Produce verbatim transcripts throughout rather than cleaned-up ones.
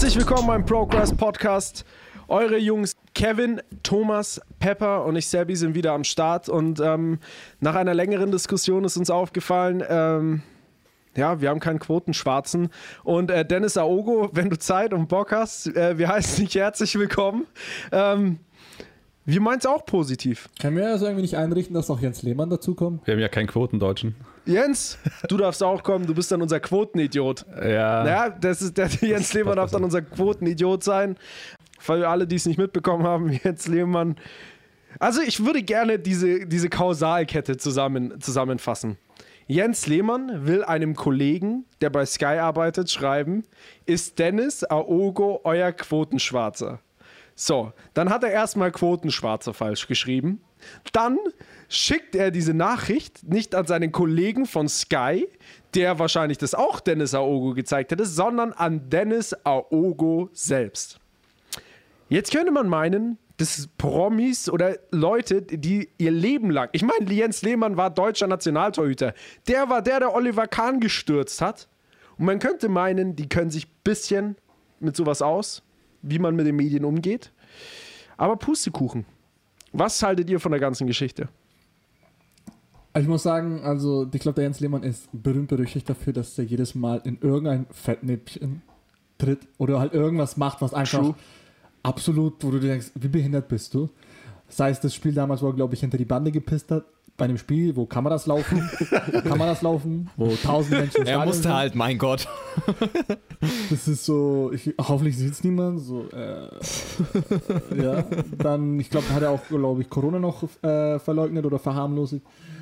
Herzlich willkommen beim Progress Podcast. Eure Jungs Kevin, Thomas, Pepper und ich, Sebi, sind wieder am Start. Und ähm, nach einer längeren Diskussion ist uns aufgefallen, ähm, ja, wir haben keinen Quotenschwarzen. Und äh, Dennis Aogo, wenn du Zeit und Bock hast, äh, wir heißen dich herzlich willkommen. Ähm, wir meinen es auch positiv. Können wir also irgendwie nicht einrichten, dass auch Jens Lehmann dazukommt? Wir haben ja keinen Quotendeutschen. Jens, du darfst auch kommen, du bist dann unser Quotenidiot. Ja. Naja, das ist, der Jens Lehmann darf dann unser Quotenidiot sein. Für alle, die es nicht mitbekommen haben, Jens Lehmann. Also ich würde gerne diese, diese Kausalkette zusammen, zusammenfassen. Jens Lehmann will einem Kollegen, der bei Sky arbeitet, schreiben, ist Dennis Aogo euer Quotenschwarzer? So, dann hat er erstmal Quotenschwarzer falsch geschrieben. Dann schickt er diese Nachricht nicht an seinen Kollegen von Sky, der wahrscheinlich das auch Dennis Aogo gezeigt hätte, sondern an Dennis Aogo selbst. Jetzt könnte man meinen, dass Promis oder Leute, die ihr Leben lang, ich meine, Jens Lehmann war deutscher Nationaltorhüter, der war der, der Oliver Kahn gestürzt hat. Und man könnte meinen, die können sich ein bisschen mit sowas aus, wie man mit den Medien umgeht. Aber Pustekuchen. Was haltet ihr von der ganzen Geschichte? Ich muss sagen, also ich glaube, der Jens Lehmann ist berühmt berüchtigt dafür, dass er jedes Mal in irgendein Fettnäpfchen tritt oder halt irgendwas macht, was einfach True. absolut, wo du dir denkst, wie behindert bist du? Sei es das Spiel damals, wo er, glaube ich, hinter die Bande gepisst hat, bei einem Spiel, wo Kameras laufen, Kameras laufen, wo tausend Menschen Er musste sind. halt, mein Gott. Das ist so, ich, hoffentlich sieht es niemand. So, äh, ja, dann, ich glaube, hat er auch, glaube ich, Corona noch äh, verleugnet oder verharmlost.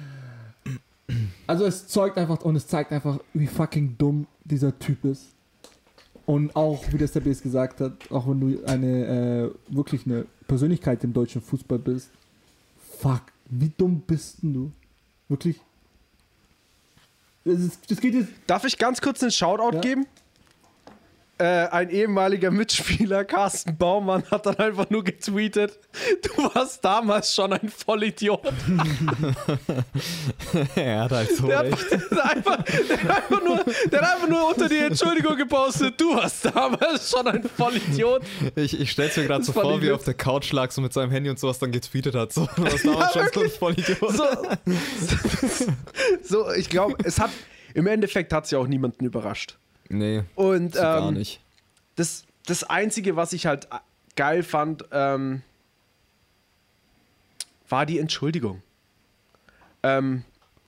Also es zeugt einfach und es zeigt einfach, wie fucking dumm dieser Typ ist. Und auch, wie das der B S gesagt hat, auch wenn du eine äh, wirklich eine Persönlichkeit im deutschen Fußball bist, fuck, wie dumm bist denn du? Wirklich? Das, ist, das geht jetzt. Darf ich ganz kurz einen Shoutout ja? geben? Äh, ein ehemaliger Mitspieler, Carsten Baumann, hat dann einfach nur getweetet, du warst damals schon ein Vollidiot. Er hat halt so der recht. Hat, der, hat einfach, der, hat einfach nur, der hat einfach nur unter die Entschuldigung gepostet, du warst damals schon ein Vollidiot. Ich, ich stell's mir gerade so vor, wie er auf der Couch lag, so mit seinem Handy und sowas dann getweetet hat. So, du warst damals ja, schon so ein Vollidiot. So, so ich glaube, es hat, im Endeffekt hat es ja auch niemanden überrascht. Nee, und, so gar ähm, nicht. Das, das Einzige, was ich halt geil fand, ähm, war die Entschuldigung. Ähm,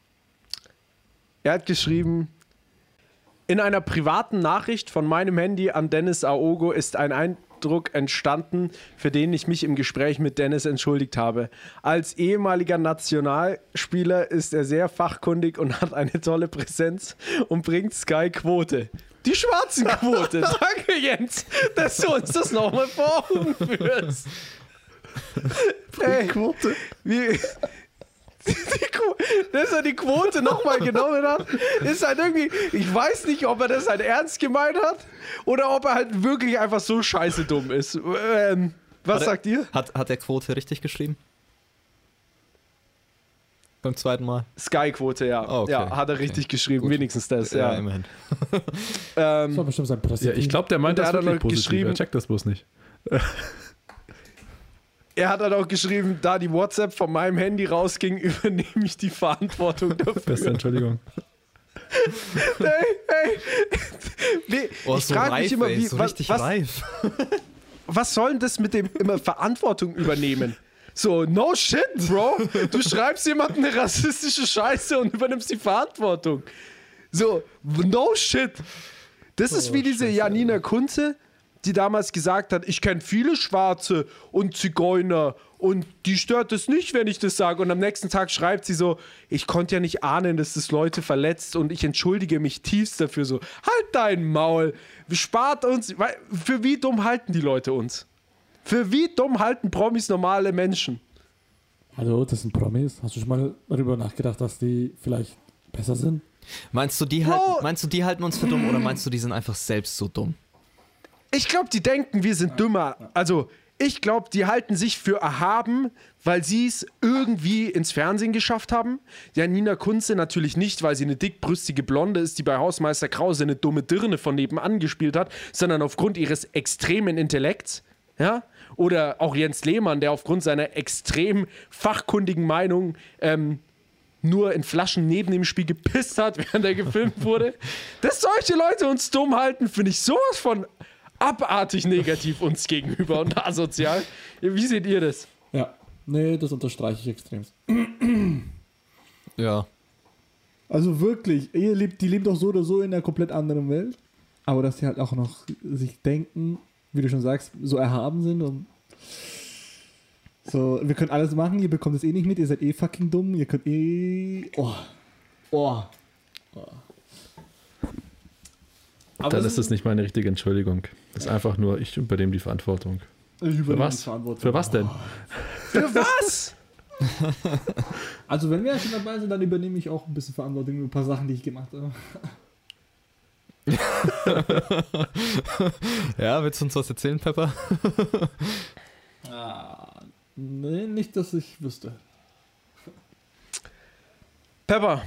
er hat geschrieben, in einer privaten Nachricht von meinem Handy an Dennis Aogo ist ein Eindruck entstanden, für den ich mich im Gespräch mit Dennis entschuldigt habe. Als ehemaliger Nationalspieler ist er sehr fachkundig und hat eine tolle Präsenz und bringt Sky Quote. Die Schwarzenquote. Danke, Jens, dass du uns das nochmal vor Augen führst. Hey, Quote. Wie, die, dass er die Quote nochmal genommen hat, ist halt irgendwie, ich weiß nicht, ob er das halt ernst gemeint hat oder ob er halt wirklich einfach so scheiße dumm ist. Ähm, was hat sagt er, ihr? Hat, hat er Quote richtig geschrieben? Beim zweiten Mal? Sky-Quote, ja. Oh, okay. Ja, hat er richtig okay. geschrieben, Gut. wenigstens das, ja. Ja, immerhin. ähm, das war bestimmt sein ja, ich glaube, der meint das wirklich positiv. Geschrieben, er checkt das bloß nicht. Er hat dann auch geschrieben, da die WhatsApp von meinem Handy rausging, übernehme ich die Verantwortung dafür. Beste Entschuldigung. Hey, hey. Wie, oh, ich so frage reif, mich immer, ey, wie, so was, richtig was, reif. was soll denn das mit dem immer Verantwortung übernehmen? So, no shit, Bro. Du schreibst jemandem eine rassistische Scheiße und übernimmst die Verantwortung. So, no shit. Das ist oh, wie diese Scheiße, Janina Kunze, die damals gesagt hat, ich kenne viele Schwarze und Zigeuner und die stört es nicht, wenn ich das sage. Und am nächsten Tag schreibt sie so, ich konnte ja nicht ahnen, dass das Leute verletzt und ich entschuldige mich tiefst dafür. So, halt dein Maul. Spart uns. Für wie dumm halten die Leute uns? Für wie dumm halten Promis normale Menschen? Hallo, das sind Promis. Hast du schon mal darüber nachgedacht, dass die vielleicht besser sind? Meinst du, die halten, meinst du, die halten uns für dumm oder meinst du, die sind einfach selbst so dumm? Ich glaube, die denken, wir sind dümmer. Also, Ich glaube, die halten sich für erhaben, weil sie es irgendwie ins Fernsehen geschafft haben. Ja, Nina Kunze natürlich nicht, weil sie eine dickbrüstige Blonde ist, die bei Hausmeister Krause eine dumme Dirne von nebenan gespielt hat, sondern aufgrund ihres extremen Intellekts. Ja? Oder auch Jens Lehmann, der aufgrund seiner extrem fachkundigen Meinung ähm, nur in Flaschen neben dem Spiel gepisst hat, während er gefilmt wurde. Dass solche Leute uns dumm halten, finde ich sowas von abartig negativ uns gegenüber und asozial. Wie seht ihr das? Ja, nee, das unterstreiche ich extrem. Ja. Also wirklich, ihr lebt, die leben doch so oder so in einer komplett anderen Welt. Aber dass sie halt auch noch sich denken, wie du schon sagst, so erhaben sind und so, wir können alles machen, ihr bekommt es eh nicht mit, ihr seid eh fucking dumm, ihr könnt eh... Oh. Oh. oh. Aber dann ist es nicht meine richtige Entschuldigung. Das ist einfach nur, ich übernehme die Verantwortung. Ich Für was? Die Verantwortung. Für was denn? Für was? Also wenn wir schon dabei sind, dann übernehme ich auch ein bisschen Verantwortung für ein paar Sachen, die ich gemacht habe. Ja, willst du uns was erzählen, Pepper? ah, nee, nicht, dass ich wüsste. Pepper,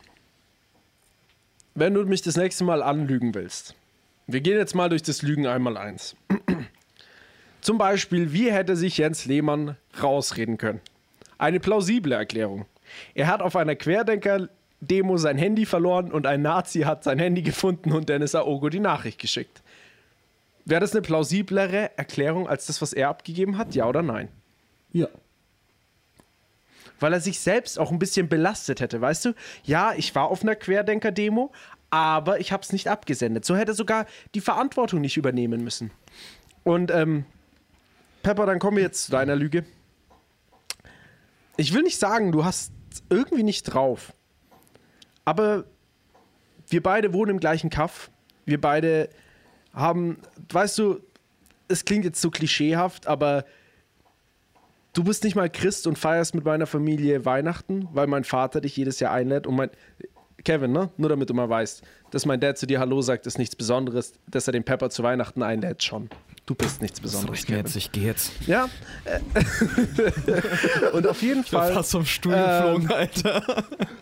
wenn du mich das nächste Mal anlügen willst, wir gehen jetzt mal durch das Lügen einmal eins. Zum Beispiel, wie hätte sich Jens Lehmann rausreden können? Eine plausible Erklärung. Er hat auf einer Querdenker-Demo sein Handy verloren und ein Nazi hat sein Handy gefunden und Dennis Aogo die Nachricht geschickt. Wäre das eine plausiblere Erklärung als das, was er abgegeben hat? Ja oder nein? Ja. Weil er sich selbst auch ein bisschen belastet hätte, weißt du? Ja, ich war auf einer Querdenker-Demo, aber ich habe es nicht abgesendet. So hätte er sogar die Verantwortung nicht übernehmen müssen. Und, ähm, Pepper, dann kommen wir jetzt zu deiner Lüge. Ich will nicht sagen, du hast irgendwie nicht drauf. Aber wir beide wohnen im gleichen Kaff. Wir beide haben, weißt du, es klingt jetzt so klischeehaft, aber du bist nicht mal Christ und feierst mit meiner Familie Weihnachten, weil mein Vater dich jedes Jahr einlädt und mein... Kevin, ne? Nur damit du mal weißt, dass mein Dad zu dir Hallo sagt, ist nichts Besonderes, dass er den Pepper zu Weihnachten einlädt, schon. Du bist nichts Besonderes, Kevin. Jetzt, ich gehe jetzt. Ja. Und auf jeden Ich bin Fall... fast vom Stuhl ähm, geflogen, Alter.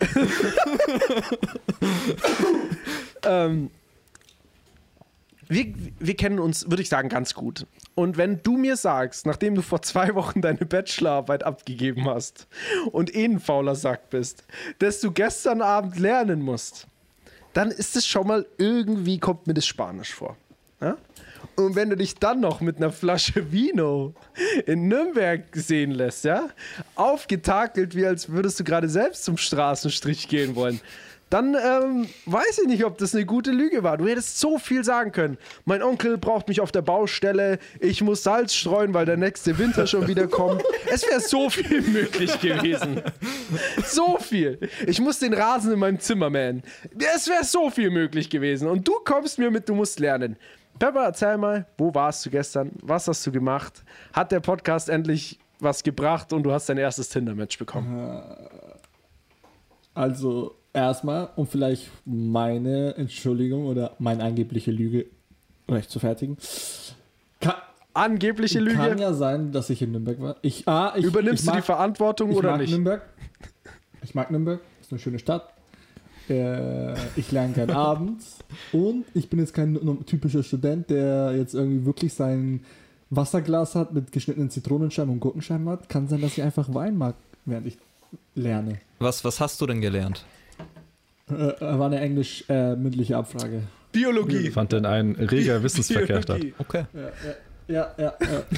ähm, wir, wir kennen uns, würde ich sagen, ganz gut. Und wenn du mir sagst, nachdem du vor zwei Wochen deine Bachelorarbeit abgegeben hast und eh ein fauler Sack bist, dass du gestern Abend lernen musst, dann ist es schon mal irgendwie, kommt mir das Spanisch vor. Ja? Und wenn du dich dann noch mit einer Flasche Vino in Nürnberg sehen lässt, ja, aufgetakelt, wie als würdest du gerade selbst zum Straßenstrich gehen wollen, dann ähm, weiß ich nicht, ob das eine gute Lüge war. Du hättest so viel sagen können. Mein Onkel braucht mich auf der Baustelle, ich muss Salz streuen, weil der nächste Winter schon wieder kommt. Es wäre so viel möglich gewesen. So viel. Ich muss den Rasen in meinem Zimmer mähen. Es wäre so viel möglich gewesen. Und du kommst mir mit, du musst lernen. Pepper, erzähl mal, wo warst du gestern? Was hast du gemacht? Hat der Podcast endlich was gebracht und du hast dein erstes Tinder-Match bekommen? Also... Erstmal, um vielleicht meine Entschuldigung oder meine angebliche Lüge recht zu fertigen. Kann, angebliche Lüge? Kann ja sein, dass ich in Nürnberg war. Ich, ah, ich, Übernimmst ich mag, du die Verantwortung ich oder mag nicht? Nürnberg. Ich mag Nürnberg. Ist eine schöne Stadt. Äh, ich lerne gern abends. Und ich bin jetzt kein typischer Student, der jetzt irgendwie wirklich sein Wasserglas hat mit geschnittenen Zitronenscheiben und Gurkenscheiben hat. Kann sein, dass ich einfach Wein mag, während ich lerne. Was, was hast du denn gelernt? Äh, war eine englisch äh, mündliche Abfrage. Biologie. Ich fand denn ein reger Wissensverkehr statt. Okay. Ja, ja, ja. ja, ja.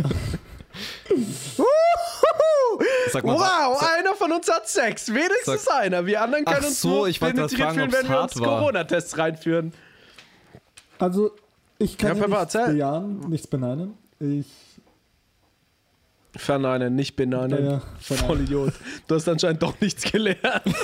Sag mal, wow, sag, einer von uns hat Sex. Wenigstens sag, einer. Wir anderen können ach uns so, nur ich wollte gerade penetriert fragen, fühlen, wenn wir ob's uns hart war. Corona-Tests reinführen. Also, ich kann Ja, ja, Pepper, nichts erzähl. bejahen, nichts beneinen. Ich. Verneinen, nicht beneinen. Ja, ja, verneinen. Voll Idiot. Du hast anscheinend doch nichts gelernt.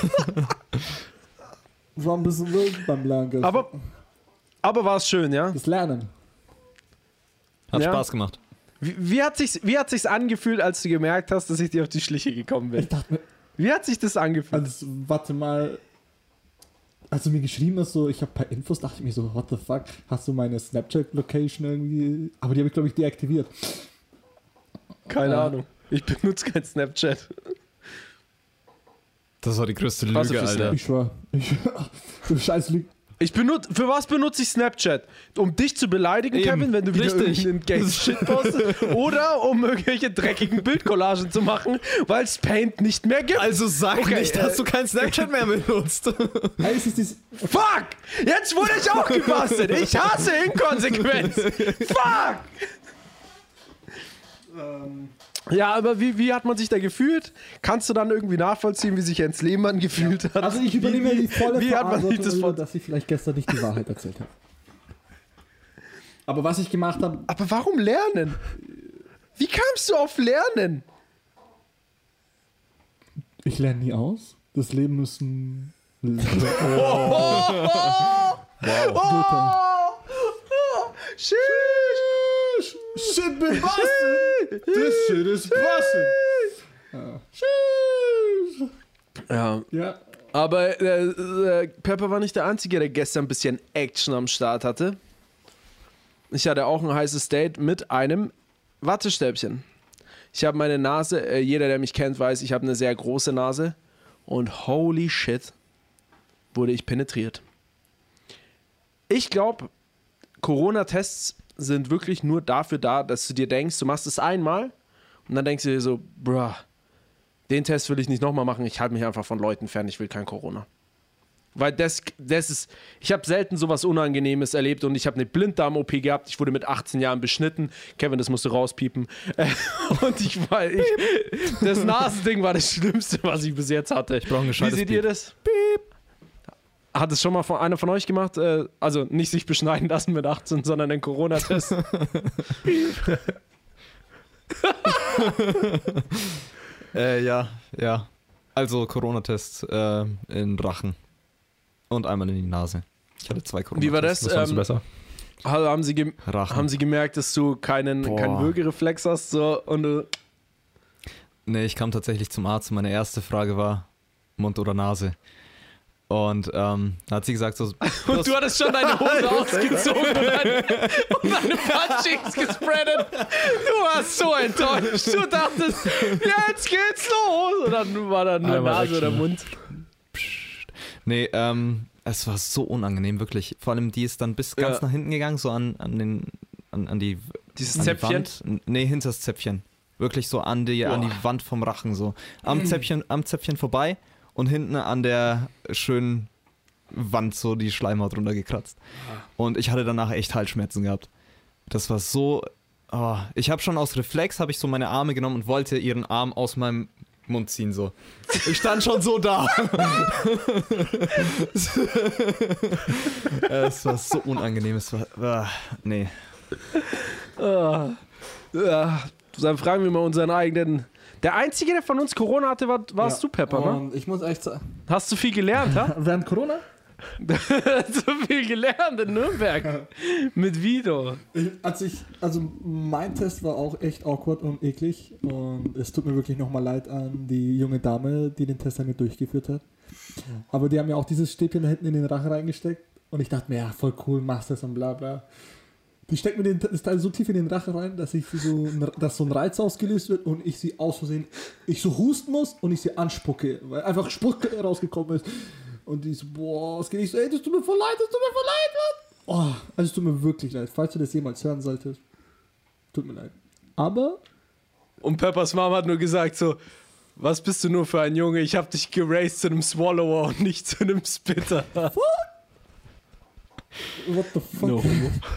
War ein bisschen wild beim Lernen. Aber, aber war es schön, ja? Das Lernen. hat Ja. Spaß gemacht. Wie, wie, hat sich's, wie hat sich's angefühlt, als du gemerkt hast, dass ich dir auf die Schliche gekommen bin? Ich dachte mir, Wie hat sich das angefühlt? also, warte mal. Als du mir geschrieben hast, so, ich habe ein paar Infos, dachte ich mir so, what the fuck? Hast du meine Snapchat-Location irgendwie. Aber die habe ich, glaube ich, deaktiviert. Keine Ja. Ahnung. Ich benutze kein Snapchat. Das war die größte Was Lüge, für Alter. Ich schwör. Ich schwör. Du scheiß Lüge. Ich benutze, für was benutze ich Snapchat? Um dich zu beleidigen, Eben, Kevin, wenn du wieder richtig. irgendeinen Gay-Shit postest? Oder um irgendwelche dreckigen Bildcollagen zu machen, weil es Paint nicht mehr gibt? Also sag Okay, nicht, äh, dass du kein Snapchat mehr benutzt. Hey, es ist dieses, Fuck! Jetzt wurde ich auch gebastelt! Ich hasse Inkonsequenz! Fuck! Ja, aber wie, wie hat man sich da gefühlt? Kannst du dann irgendwie nachvollziehen, wie sich Jens Lehmann gefühlt hat? also ich übernehme wie, die volle wie hat man sich Verantwortung, das darüber, vor... dass ich vielleicht gestern nicht die Wahrheit erzählt habe. Aber was ich gemacht habe, Aber warum lernen? Wie kamst du auf Lernen? ich lerne nie aus. Das Leben ist ein... Oh! Sheesh! Shit, bin busted! This shit is busted! Ja, Ja. aber äh, äh, Pepper war nicht der Einzige, der gestern ein bisschen Action am Start hatte. Ich hatte auch ein heißes Date mit einem Wattestäbchen. Ich habe meine Nase, äh, jeder, der mich kennt, weiß, ich habe eine sehr große Nase. Und holy shit, wurde ich penetriert. Ich glaube, Corona-Tests sind wirklich nur dafür da, dass du dir denkst, du machst es einmal und dann denkst du dir so, bruh, den Test will ich nicht nochmal machen, ich halte mich einfach von Leuten fern, ich will kein Corona. Weil das, das ist, ich habe selten sowas Unangenehmes erlebt und ich habe eine Blinddarm-O P gehabt, ich wurde mit achtzehn Jahren beschnitten, Kevin, das musst du rauspiepen. Und ich war, ich, das Nasending war das Schlimmste, was ich bis jetzt hatte. Ich brauche ein Wie gescheites seht ihr Piep. das? Piep. Hat es schon mal von einer von euch gemacht? Äh, also nicht sich beschneiden lassen mit achtzehn, sondern einen Corona-Test. äh, ja, ja. Also Corona-Test äh, in Rachen. Und einmal in die Nase. Ich hatte zwei Corona-Tests. Wie war das? Was fandst du Ähm, besser? Also haben, sie gem- Rachen. haben sie gemerkt, dass du keinen, Boah. keinen Würgereflex hast? So, und du Nee, ich kam tatsächlich zum Arzt und meine erste Frage war Mund oder Nase. Und ähm, da hat sie gesagt so... Und du hattest schon deine Hose ausgezogen und deine, und deine Buttcheeks gespreadet. Du warst so enttäuscht. Du dachtest, jetzt geht's los. Und dann war da nur Einmal Nase oder Action. Mund. Nee, ähm, es war so unangenehm, wirklich. Vor allem, die ist dann bis ganz Ja. nach hinten gegangen, so an, an, den, an, an die, Dieses an die Zäpfchen. Wand. Nee, hinter das Zäpfchen. Wirklich so an die, an die Boah. Wand vom Rachen, so. Am Zäpfchen, am Zäpfchen vorbei und hinten an der schönen Wand so die Schleimhaut runtergekratzt. Und ich hatte danach echt Halsschmerzen gehabt. Das war so... Oh, ich habe schon aus Reflex, habe ich so meine Arme genommen und wollte ihren Arm aus meinem Mund ziehen, so. Ich stand schon so da. Es war so unangenehm. Es war... Ah, nee. Ah. Ja, dann fragen wir mal unseren eigenen. Der Einzige, der von uns Corona hatte, war, warst du, Pepper, ne? Und ich muss echt sagen, Hast du viel gelernt, ha? während Corona? so viel gelernt in Nürnberg. Mit Vito. Ich, als ich, also mein Test war auch echt awkward und eklig und es tut mir wirklich nochmal leid an die junge Dame, die den Test an mir durchgeführt hat. Aber die haben ja auch dieses Stäbchen da hinten in den Rachen reingesteckt und ich dachte mir, ja, voll cool, machst das und bla bla. Die steckt mir den, das Teil so tief in den Rachen rein, dass ich so, dass so ein Reiz ausgelöst wird und ich sie aus Versehen, ich so husten muss und ich sie anspucke, weil einfach Spucke rausgekommen ist. Und die so, boah, was geht nicht so, ey, das tut mir voll leid, das tut mir voll leid, Mann. Oh, also es tut mir wirklich leid. Falls du das jemals hören solltest, tut mir leid. Aber, Und Peppers Mom hat nur gesagt so, was bist du nur für ein Junge? Ich hab dich geraced zu einem Swallower und nicht zu einem Spitter. what the fuck? No.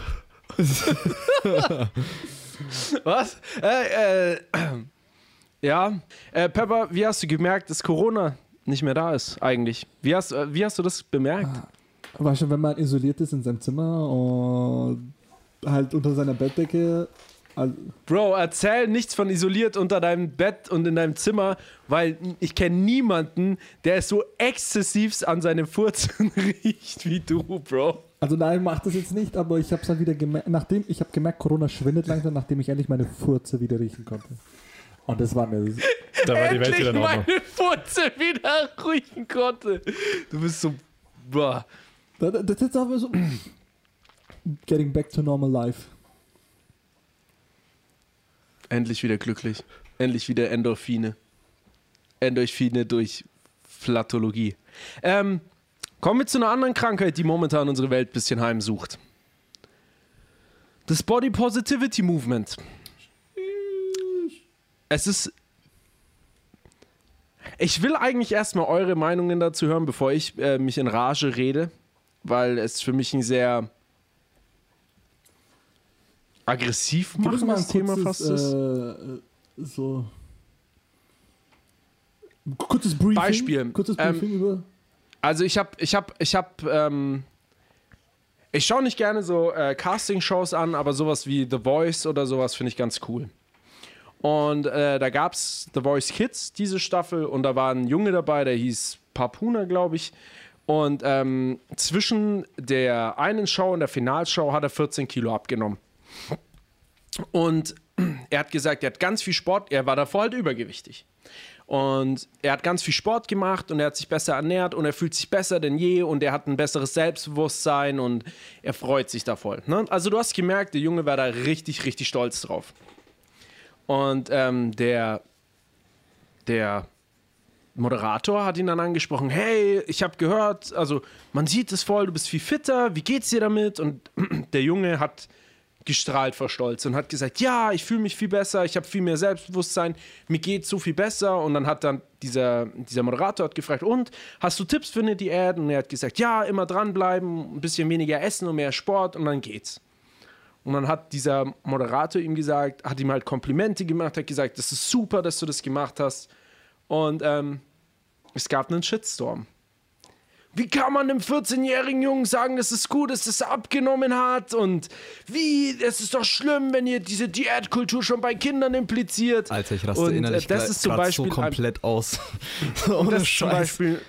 Was? Äh, äh, ja, äh, Pepper, wie hast du gemerkt, dass Corona nicht mehr da ist eigentlich? Wie hast, äh, wie hast du das bemerkt? Weißt du, wenn man isoliert ist in seinem Zimmer und halt unter seiner Bettdecke. Also, Bro, erzähl nichts von isoliert unter deinem Bett und in deinem Zimmer, weil ich kenne niemanden, der so exzessiv an seinem Furzen riecht wie du, Bro. also nein, mach das jetzt nicht, aber ich habe es dann wieder gemerkt, nachdem, ich habe gemerkt, Corona schwindet langsam, nachdem ich endlich meine Furze wieder riechen konnte. Und das war eine... Da war die Welt Endlich wieder in Ordnung. meine Furze wieder riechen konnte. Du bist so... Boah. Das, das ist aber so... Getting back to normal life. Endlich wieder glücklich. Endlich wieder Endorphine. Endorphine durch Flatologie. Ähm, kommen wir zu einer anderen Krankheit, die momentan unsere Welt ein bisschen heimsucht. Das Body Positivity Movement. Es ist... Ich will eigentlich erstmal eure Meinungen dazu hören, bevor ich äh, mich in Rage rede, weil es für mich ein sehr aggressiv machendes Thema fast ist. Äh, so... Kurzes Briefing. Beispiel. Kurzes Briefing ähm, über... Also ich habe, ich habe, ich habe, ähm, ich schaue nicht gerne so äh, Casting-Shows an, aber sowas wie The Voice oder sowas finde ich ganz cool. Und äh, da gab es The Voice Kids, diese Staffel, und da war ein Junge dabei, der hieß Papuna, glaube ich. Und ähm, zwischen der einen Show und der Finalshow hat er vierzehn Kilo abgenommen. Und er hat gesagt, er hat ganz viel Sport, er war davor halt übergewichtig. Und er hat ganz viel Sport gemacht und er hat sich besser ernährt und er fühlt sich besser denn je und er hat ein besseres Selbstbewusstsein und er freut sich da voll. Ne? Also du hast gemerkt, der Junge war da richtig, richtig stolz drauf. Und ähm, der, der Moderator hat ihn dann angesprochen, hey, ich habe gehört, also man sieht es voll, du bist viel fitter, wie geht's dir damit? Und der Junge hat gestrahlt vor Stolz und hat gesagt, ja, ich fühle mich viel besser, ich habe viel mehr Selbstbewusstsein, mir geht so viel besser. Und dann hat dann dieser, dieser Moderator hat gefragt, und, hast du Tipps für eine Diät? Und er hat gesagt, ja, immer dranbleiben, ein bisschen weniger essen und mehr Sport und dann geht's. Und dann hat dieser Moderator ihm gesagt, hat ihm halt Komplimente gemacht, hat gesagt, das ist super, dass du das gemacht hast. Und ähm, es gab einen Shitstorm. Wie kann man einem vierzehnjährigen Jungen sagen, dass es gut ist, dass er abgenommen hat? Und wie, es ist doch schlimm, wenn ihr diese Diätkultur schon bei Kindern impliziert. Alter, ich raste und, innerlich äh, das ist zum Beispiel so komplett ein, aus. und das ist zum Beispiel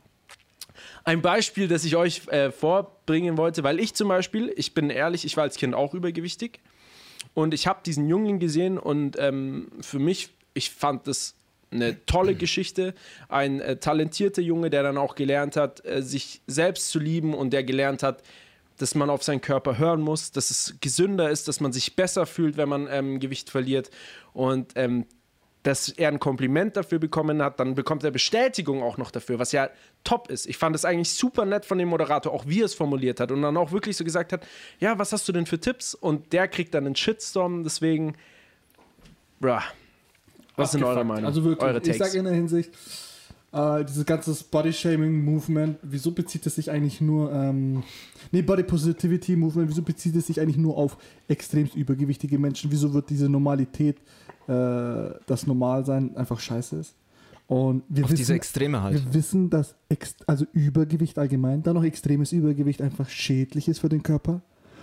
ein Beispiel, das ich euch äh, vorbringen wollte, weil ich zum Beispiel, ich bin ehrlich, ich war als Kind auch übergewichtig und ich habe diesen Jungen gesehen und ähm, für mich, ich fand das eine tolle Geschichte, ein äh, talentierter Junge, der dann auch gelernt hat, äh, sich selbst zu lieben und der gelernt hat, dass man auf seinen Körper hören muss, dass es gesünder ist, dass man sich besser fühlt, wenn man ähm, Gewicht verliert und ähm, dass er ein Kompliment dafür bekommen hat, dann bekommt er Bestätigung auch noch dafür, was ja top ist. Ich fand es eigentlich super nett von dem Moderator, auch wie er es formuliert hat und dann auch wirklich so gesagt hat, ja, was hast du denn für Tipps? Und der kriegt dann einen Shitstorm, deswegen, bruh. Was sind eure Meinungen? Also wirklich, eure ich sage in der Hinsicht, äh, dieses ganze Body-Shaming-Movement, wieso bezieht es sich eigentlich nur, ähm, nee, Body-Positivity-Movement, wieso bezieht es sich eigentlich nur auf extremst übergewichtige Menschen? Wieso wird diese Normalität, äh, das Normalsein einfach scheiße ist? Und wir auf wissen, diese Extreme halt. Wir wissen, dass ex- also Übergewicht allgemein, dann noch extremes Übergewicht einfach schädlich ist für den Körper.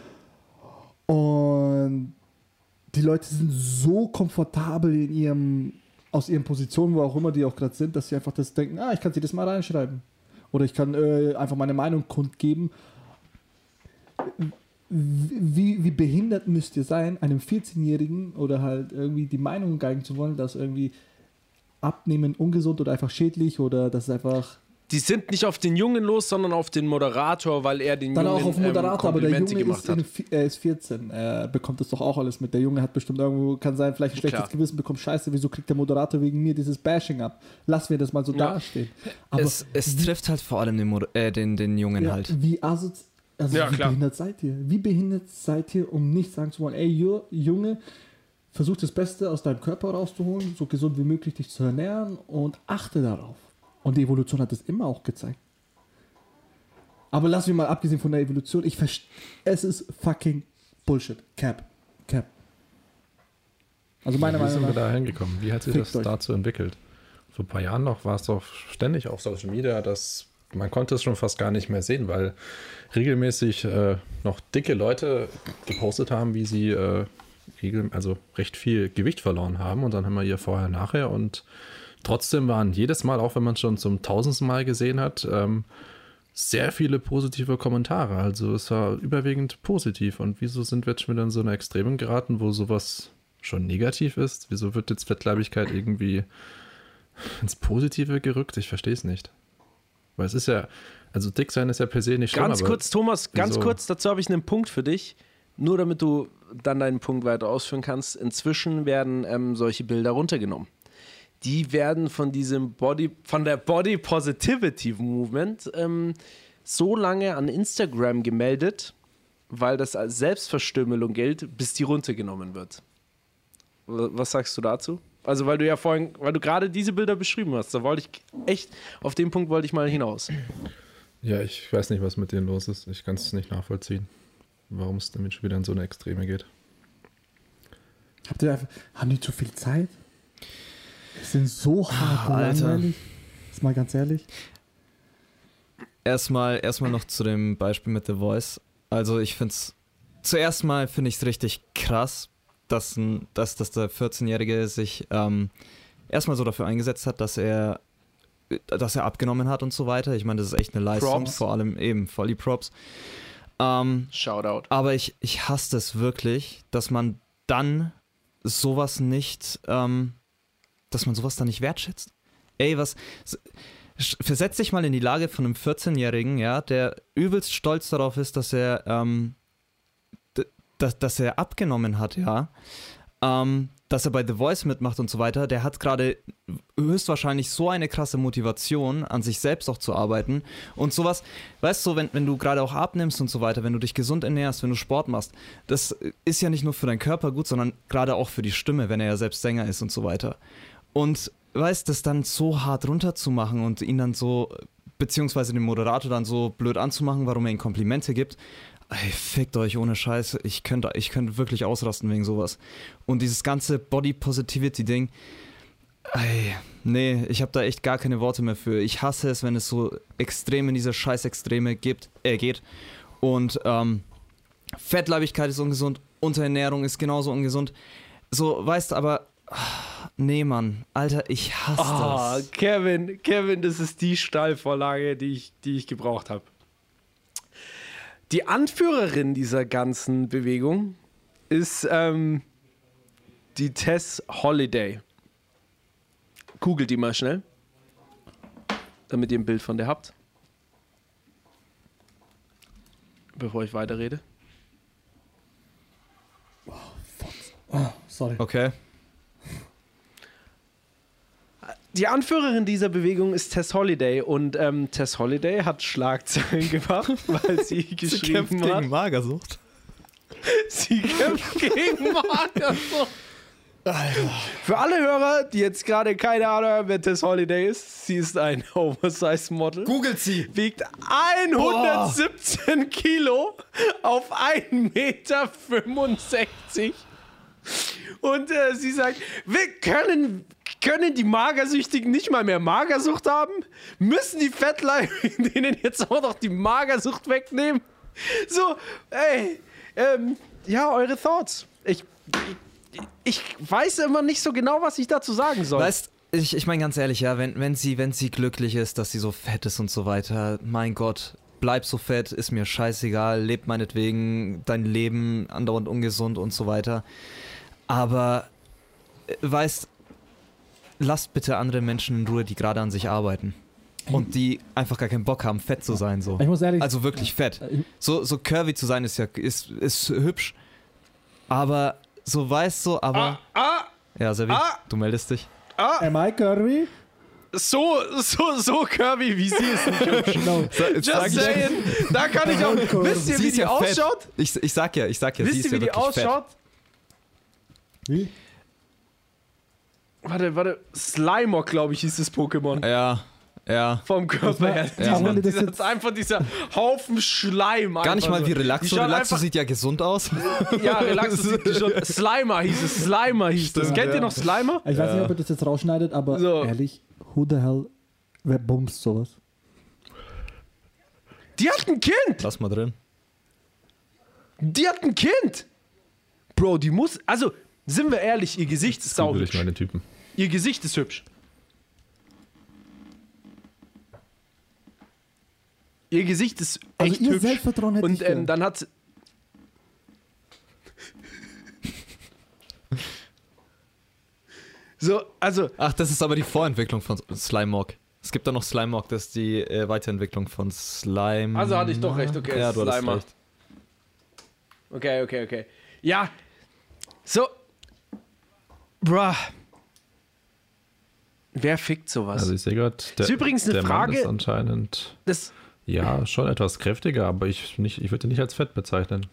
Und die Leute sind so komfortabel in ihrem, aus ihren Positionen, wo auch immer die auch gerade sind, dass sie einfach das denken, ah, ich kann sie das mal reinschreiben. Oder ich kann äh, einfach meine Meinung kundgeben. Wie, wie behindert müsst ihr sein, einem vierzehnjährigen oder halt irgendwie die Meinung geigen zu wollen, dass irgendwie Abnehmen ungesund oder einfach schädlich oder das ist einfach... Die sind nicht auf den Jungen los, sondern auf den Moderator, weil er den Dann Jungen auch auf den Moderator, ähm, aber der Komplimente Junge gemacht ist, hat. in, er ist vierzehn, er bekommt das doch auch alles mit. Der Junge hat bestimmt irgendwo, kann sein, vielleicht ein schlechtes Klar. Gewissen, bekommt Scheiße, wieso kriegt der Moderator wegen mir dieses Bashing ab? Lass mir das mal so Ja. dastehen. Aber Es, es trifft halt vor allem den, Mod- äh, den, den Jungen ja, halt. wie asozi- also Ja, wie klar. behindert seid ihr? Wie behindert seid ihr, um nicht sagen zu wollen, ey, Ju- Junge, versuch das Beste aus deinem Körper rauszuholen, so gesund wie möglich dich zu ernähren und achte darauf. Und die Evolution hat das immer auch gezeigt. Aber lassen wir mal abgesehen von der Evolution, ich verste- es ist fucking Bullshit. Cap. Cap. Also meiner Wie Meinung sind wir nach. da hingekommen? Wie hat sich Fickt das euch. dazu entwickelt? Vor ein paar Jahren noch war es doch ständig auf Social Media, dass man konnte es schon fast gar nicht mehr sehen, weil regelmäßig äh, noch dicke Leute gepostet haben, wie sie äh, regel, also recht viel Gewicht verloren haben und dann haben wir ihr vorher, nachher und trotzdem waren jedes Mal, auch wenn man es schon zum tausendsten Mal gesehen hat, ähm, sehr viele positive Kommentare. Also es war überwiegend positiv. Und wieso sind wir jetzt schon wieder in so einer Extremen geraten, wo sowas schon negativ ist? Wieso wird jetzt Fettleibigkeit irgendwie ins Positive gerückt? Ich verstehe es nicht. Weil es ist ja, also dick sein ist ja per se nicht schlimm. Ganz aber kurz, Thomas, ganz wieso? kurz, dazu habe ich einen Punkt für dich. nur damit du dann deinen Punkt weiter ausführen kannst, inzwischen werden ähm, solche Bilder runtergenommen. Die werden von diesem Body, von der Body Positivity Movement ähm, so lange an Instagram gemeldet, weil das als Selbstverstümmelung gilt, bis die runtergenommen wird. Was sagst du dazu? Also weil du ja vorhin, weil du gerade diese Bilder beschrieben hast, da wollte ich echt, auf den Punkt wollte ich mal hinaus. Ja, ich weiß nicht, was mit denen los ist. Ich kann es nicht nachvollziehen, warum es damit schon wieder in so eine Extreme geht. Habt ihr einfach, haben die zu viel Zeit? Die sind so hart Ah, und Alter. langweilig. Ist mal ganz ehrlich. Erstmal, erstmal noch zu dem Beispiel mit The Voice. Also ich finde es, zuerst mal finde ich es richtig krass, dass, ein, dass, dass der vierzehnjährige sich ähm, erstmal so dafür eingesetzt hat, dass er, dass er abgenommen hat und so weiter. Ich meine, das ist echt eine Leistung, Props. vor allem eben voll die Props. Ähm, Shoutout. aber ich, ich hasse es wirklich, dass man dann sowas nicht, ähm, dass man sowas dann nicht wertschätzt. Ey, was, s- versetz dich mal in die Lage von einem vierzehnjährigen, ja, der übelst stolz darauf ist, dass er, ähm, d- dass, dass er abgenommen hat, ja, ähm, dass er bei The Voice mitmacht und so weiter. Der hat gerade höchstwahrscheinlich so eine krasse Motivation, an sich selbst auch zu arbeiten und sowas. Weißt du, wenn, wenn du gerade auch abnimmst und so weiter, wenn du dich gesund ernährst, wenn du Sport machst, das ist ja nicht nur für deinen Körper gut, sondern gerade auch für die Stimme, wenn er ja selbst Sänger ist und so weiter. Und weißt, das dann so hart runterzumachen und ihn dann so, beziehungsweise den Moderator dann so blöd anzumachen, warum er ihm Komplimente gibt, ey, fickt euch ohne Scheiße, ich könnte ich könnte wirklich ausrasten wegen sowas. Und dieses ganze Body Positivity Ding, ey, nee, ich habe da echt gar keine Worte mehr für. Ich hasse es, wenn es so extrem in diese Scheißextreme gibt, äh, geht. Und ähm, Fettleibigkeit ist ungesund, Unterernährung ist genauso ungesund. So, weißt du, aber nee, Mann, Alter, ich hasse Ah, das. Kevin, Kevin, das ist die Steilvorlage, die ich, die ich gebraucht habe. Die Anführerin dieser ganzen Bewegung ist ähm, die Tess Holiday. Googelt die mal schnell, damit ihr ein Bild von der habt. Bevor ich weiterrede. Oh, sorry. Okay. Die Anführerin dieser Bewegung ist Tess Holiday und ähm, Tess Holiday hat Schlagzeilen gemacht, weil sie geschrieben hat. Magersucht. Sie kämpft gegen Magersucht. Für alle Hörer, die jetzt gerade keine Ahnung haben, wer Tess Holiday ist, sie ist ein Oversize-Model. Googelt sie. Wiegt hundertsiebzehn Kilo auf ein Meter fünfundsechzig. Und äh, sie sagt, wir können, können die Magersüchtigen nicht mal mehr Magersucht haben? Müssen die Fettleibigen denen jetzt auch noch die Magersucht wegnehmen? So, ey, ähm, ja, eure Thoughts. Ich, ich, ich weiß immer nicht so genau, was ich dazu sagen soll. Weißt, ich, ich meine ganz ehrlich, ja, wenn, wenn, sie, wenn sie glücklich ist, dass sie so fett ist und so weiter, mein Gott, bleib so fett, ist mir scheißegal, lebt meinetwegen dein Leben andauernd ungesund und so weiter. Aber, äh, weißt, lasst bitte andere Menschen in Ruhe, die gerade an sich arbeiten. Und die einfach gar keinen Bock haben, fett zu sein. So. Ich muss ehrlich Also wirklich fett. ich, So, so curvy zu sein ist ja ist, ist hübsch. Aber so weißt du, aber. Ah, ah, Ja, Sevi, ah. du meldest dich. ah, am I curvy? so, so, so curvy wie sie ist nicht hübsch. No. Just saying, da kann ich auch. Wisst ihr, Sie wie ist die ja fett. ausschaut? Ich, ich sag ja, ich sag ja, sie Wisst ist ihr, wie ja die wirklich ausschaut? Wie? Warte, warte. Slimer, glaube ich, hieß das Pokémon. fett. Ja, ja. Vom Körper her. Ja. Dieser, Das dieser, jetzt- einfach dieser Haufen Schleim. Gar nicht einfach mal so. wie Die Relaxo. schauen Relaxo einfach- sieht ja gesund aus. Ja, Relaxo sieht die schon. Slimer hieß es. Slimer hieß das. Stimmt, Kennt ja. ihr noch Slimer? Ich weiß Ja. nicht, ob ihr das jetzt rausschneidet, aber So. ehrlich, who the hell, wer bumst sowas? Die hat ein Kind. Lass mal drin. Die hat ein Kind. Bro, die muss. Also, sind wir ehrlich, ihr Gesicht ist Google ich sauhübsch. meine Typen. Ihr Gesicht ist hübsch. Ihr Gesicht ist Also echt ihr hübsch. Selbstvertrauen hätte Und ich ähm, gern. dann hat sie. So, also, Ach, das ist aber die Vorentwicklung von Slimog. Es gibt da noch Slimog, das ist die äh, Weiterentwicklung von Slime. also hatte ich doch recht, okay, Ja, es du ist hattest Slimer. recht. Okay, okay, okay. Ja, so, bruh. Wer fickt sowas? Also ich sehe gerade, der, ist übrigens eine der Frage, Mann ist anscheinend das, ja schon etwas kräftiger, aber ich, nicht, ich würde ihn nicht als fett bezeichnen.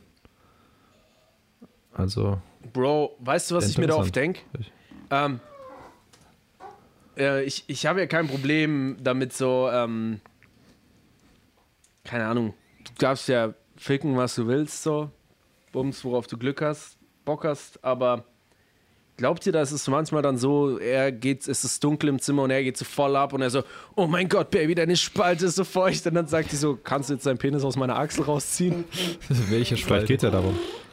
Also. Bro, weißt du, was ich mir da oft denke? Ich- Ähm, äh, ich ich habe ja kein Problem damit so, ähm, keine Ahnung, du darfst ja ficken, was du willst, so, bums, worauf du Glück hast, Bock hast, aber glaubt ihr, dass es manchmal dann so, er geht, es ist dunkel im Zimmer und er geht so voll ab und er so, oh mein Gott, Baby, deine Spalte ist so feucht und dann sagt die so, kannst du jetzt deinen Penis aus meiner Achsel rausziehen? Welche Vielleicht Spalte? geht es ja darum.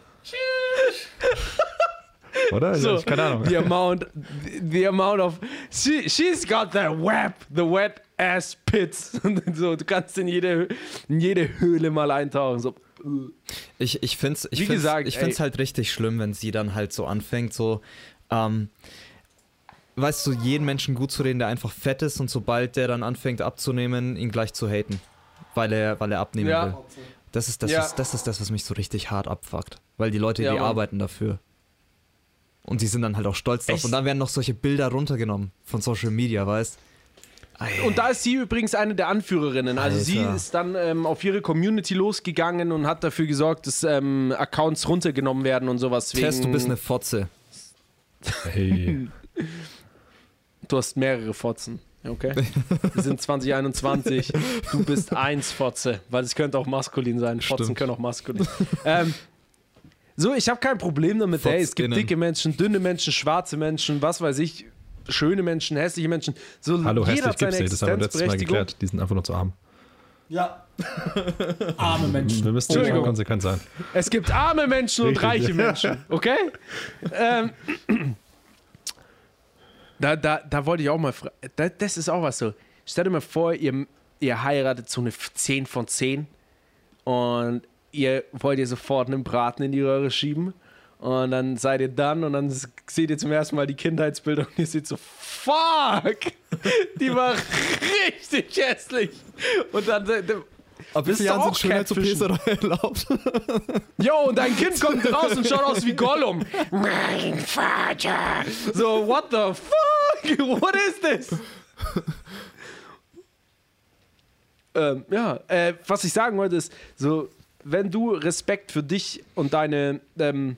Oder? So, Ich, keine Ahnung. The amount, the amount of, she, she's got the web, the wet ass pits. So, du kannst in jede, in jede Höhle mal eintauchen. So. Ich, ich finde es ich Wie find's, gesagt, ich find's ey. halt richtig schlimm, wenn sie dann halt so anfängt, so, ähm, weißt du, jeden Menschen gut zu reden, der einfach fett ist und sobald der dann anfängt abzunehmen, ihn gleich zu haten, weil er, weil er abnehmen Ja. will. Das ist das, Ja. was, das ist das, was mich so richtig hart abfuckt, weil die Leute, Ja, die Mann. arbeiten dafür. Und die sind dann halt auch stolz drauf. Echt? Und dann werden noch solche Bilder runtergenommen von Social Media, weißt du? Und da ist sie übrigens eine der Anführerinnen. Also sie Alter. ist dann ähm, auf ihre Community losgegangen und hat dafür gesorgt, dass ähm, Accounts runtergenommen werden und sowas. Wegen, Tess, du bist eine Fotze. Hey. Du hast mehrere Fotzen. Okay? Wir sind zwanzig einundzwanzig. Du bist eins Fotze. Weil es könnte auch maskulin sein. Fotzen Stimmt. können auch maskulin. ähm, so, ich habe kein Problem damit. Hey, es gibt Fotzinnen. dicke Menschen, dünne Menschen, schwarze Menschen, was weiß ich, schöne Menschen, hässliche Menschen. So, Hallo, jeder hässlich hat seine gibt's nicht. Das haben wir letztes Mal Existenzberechtigung. geklärt. Die sind einfach nur zu arm. Ja. Arme Menschen. Wir müssen Entschuldigung. schon konsequent sein. Es gibt arme Menschen und Richtig. reiche Menschen, okay? ähm, da, da, da wollte ich auch mal fragen, da, das ist auch was so. Stell dir mal vor, ihr, ihr heiratet so eine zehn von zehn und ihr wollt ihr sofort einen Braten in die Röhre schieben und dann seid ihr dann und dann seht ihr zum ersten Mal die Kindheitsbilder und ihr seht so, fuck, die war richtig hässlich. Und dann, Ab Das wie ist vielen Jahren doch sind auch Catfishing. Schönheits-O Ps erlaubt? yo, und dein Kind kommt raus und schaut aus wie Gollum. Mein Vater. So, what the fuck? What is this? ähm, ja, äh, was ich sagen wollte ist, so, wenn du Respekt für dich und deine ähm,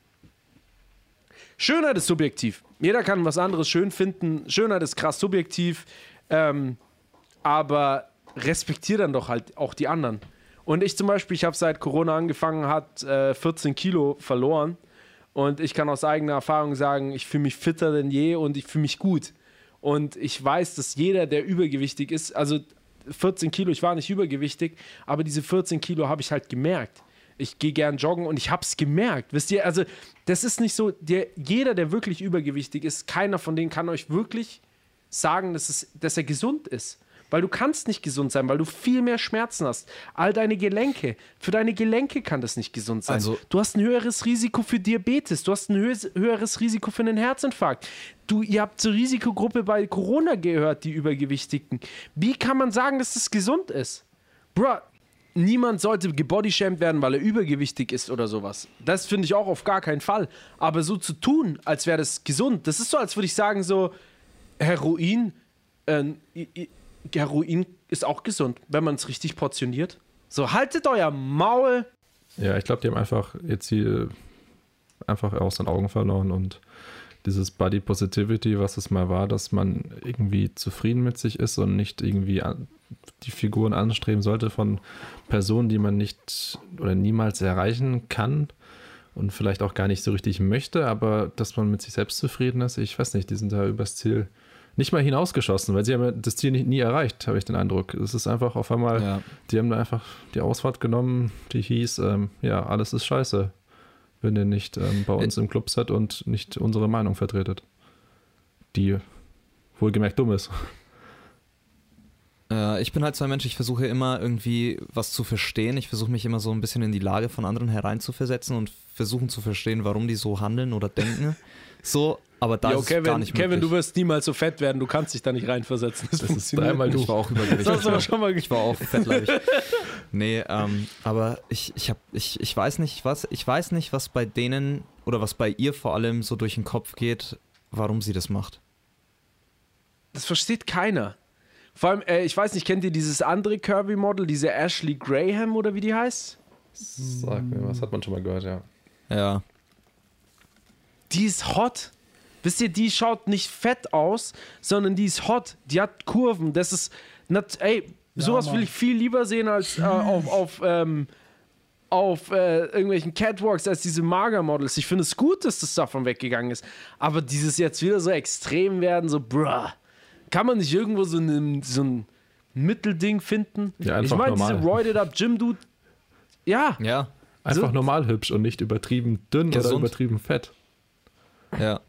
Schönheit ist subjektiv. Jeder kann was anderes schön finden. Schönheit ist krass subjektiv. Ähm, aber respektier dann doch halt auch die anderen. Und ich zum Beispiel, ich habe seit Corona angefangen hat, äh, vierzehn Kilo verloren. Und ich kann aus eigener Erfahrung sagen, ich fühle mich fitter denn je und ich fühle mich gut. Und ich weiß, dass jeder, der übergewichtig ist, also vierzehn Kilo, ich war nicht übergewichtig, aber diese vierzehn Kilo habe ich halt gemerkt. Ich gehe gern joggen und ich habe es gemerkt. Wisst ihr, also das ist nicht so, der, jeder, der wirklich übergewichtig ist, keiner von denen kann euch wirklich sagen, dass, es, dass er gesund ist. Weil du kannst nicht gesund sein, weil du viel mehr Schmerzen hast. All deine Gelenke, für deine Gelenke kann das nicht gesund sein. Also- du hast ein höheres Risiko für Diabetes, du hast ein höheres, höheres Risiko für einen Herzinfarkt. Du, ihr habt zur Risikogruppe bei Corona gehört, die Übergewichtigen. Wie kann man sagen, dass das gesund ist? Bruh, niemand sollte gebodyshamed werden, weil er übergewichtig ist oder sowas. Das finde ich auch auf gar keinen Fall. Aber so zu tun, als wäre das gesund, das ist so, als würde ich sagen, so Heroin, äh, i- i- Heroin ist auch gesund, wenn man es richtig portioniert. So, haltet euer Maul. Ja, ich glaube, die haben einfach jetzt hier einfach aus den Augen verloren und dieses Body Positivity, was es mal war, dass man irgendwie zufrieden mit sich ist und nicht irgendwie an, die Figuren anstreben sollte von Personen, die man nicht oder niemals erreichen kann und vielleicht auch gar nicht so richtig möchte, aber dass man mit sich selbst zufrieden ist. Ich weiß nicht, die sind da übers Ziel nicht mal hinausgeschossen, weil sie haben das Ziel nie, nie erreicht, habe ich den Eindruck. Es ist einfach auf einmal, Ja. die haben da einfach die Ausfahrt genommen, die hieß, ähm, ja, alles ist scheiße, wenn ihr nicht ähm, bei uns im Club seid und nicht unsere Meinung vertretet. Die wohlgemerkt dumm ist. Äh, ich bin halt so ein Mensch, ich versuche immer irgendwie was zu verstehen. Ich versuche mich immer so ein bisschen in die Lage von anderen hereinzuversetzen und versuchen zu verstehen, warum die so handeln oder denken. So, aber da Yo, ist Kevin, gar nicht möglich. Kevin, du wirst niemals so fett werden, du kannst dich da nicht reinversetzen. Das, Das ist funktioniert dreimal nicht. du. Ich war auch übergewichtig. Das hast du aber schon mal Ich war auch fettleibig. Nee, ähm, aber ich, ich, hab, ich, ich, weiß nicht, was, ich weiß nicht, was bei denen oder was bei ihr vor allem so durch den Kopf geht, warum sie das macht. Das versteht keiner. Vor allem, äh, ich weiß nicht, kennt ihr dieses andere Curvy-Model, diese Ashley Graham oder wie die heißt? Sag mir, was hat man schon mal gehört, ja. Ja. Die ist hot. Wisst ihr, die schaut nicht fett aus, sondern die ist hot. Die hat Kurven. Das ist, not, ey, Ja, sowas Mann. will ich viel lieber sehen als äh, auf, auf, ähm, auf äh, irgendwelchen Catwalks als diese Mager-Models. Ich finde es gut, dass das davon weggegangen ist. Aber dieses jetzt wieder so extrem werden, so, bruh. Kann man nicht irgendwo so ein, so ein Mittelding finden? Ja, ich einfach meine, diese normal. roided up Gym-Dude, ja, Ja. Einfach So- normal hübsch und nicht übertrieben dünn oder Gesund. übertrieben fett. Ja.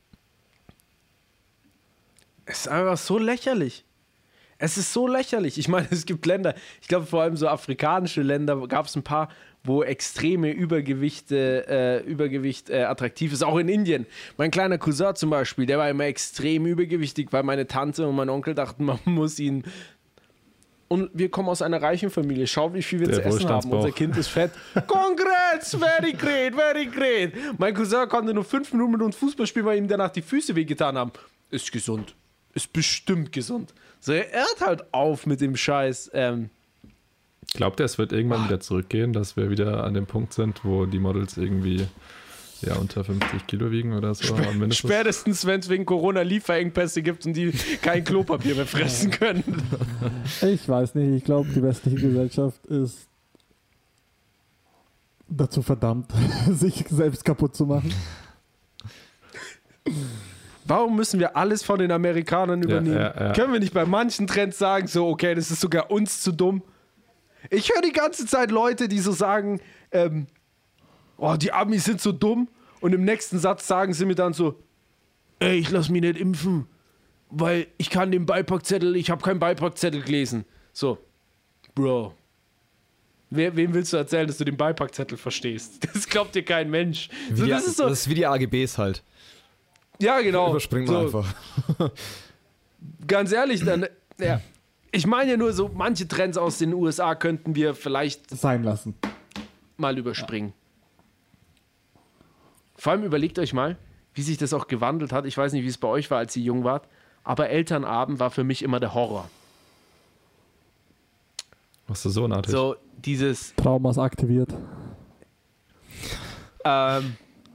es ist einfach so lächerlich. Es ist so lächerlich. Ich meine, es gibt Länder, ich glaube vor allem so afrikanische Länder, gab es ein paar, wo extreme Übergewichte, äh, Übergewicht äh, attraktiv ist. Auch in Indien. Mein kleiner Cousin zum Beispiel, der war immer extrem übergewichtig, weil meine Tante und mein Onkel dachten, man muss ihn... Und wir kommen aus einer reichen Familie. Schau, wie viel wir Der zu essen haben. Wohlstandsbauch. Unser Kind ist fett. Congrats! Very great, very great. Mein Cousin konnte nur fünf Minuten mit uns Fußball spielen, weil ihm danach die Füße wehgetan haben. Ist gesund. Ist bestimmt gesund. So, er hört halt auf mit dem Scheiß. Ähm, Glaubt ihr, es wird irgendwann wieder zurückgehen, dass wir wieder an dem Punkt sind, wo die Models irgendwie ja, unter fünfzig Kilo wiegen oder so? mindestens? spätestens, wenn es wegen Corona Lieferengpässe gibt und die kein Klopapier mehr fressen können. Ich weiß nicht, ich glaube, die westliche Gesellschaft ist dazu verdammt, sich selbst kaputt zu machen. Warum müssen wir alles von den Amerikanern übernehmen? ja, ja. Können wir nicht bei manchen Trends sagen, so, okay, das ist sogar uns zu dumm? Ich höre die ganze Zeit Leute, die so sagen, ähm, oh, die Amis sind so dumm. Und im nächsten Satz sagen sie mir dann so, ey, ich lass mich nicht impfen, weil ich kann den Beipackzettel, ich habe keinen Beipackzettel gelesen. So, Bro. Wer, wem willst du erzählen, dass du den Beipackzettel verstehst? Das glaubt dir kein Mensch. Wie So, die, das ist so, das ist wie die A G Bs halt. ja, genau. Überspringen so, wir einfach. Ganz ehrlich, dann, ja. Ich meine ja nur so, manche Trends aus den U S A könnten wir vielleicht Sein lassen. mal überspringen. Vor allem überlegt euch mal, wie sich das auch gewandelt hat. Ich weiß nicht, wie es bei euch war, als ihr jung wart, aber Elternabend war für mich immer der Horror. Was ist so unartig? So dieses, Traumas aktiviert. ähm,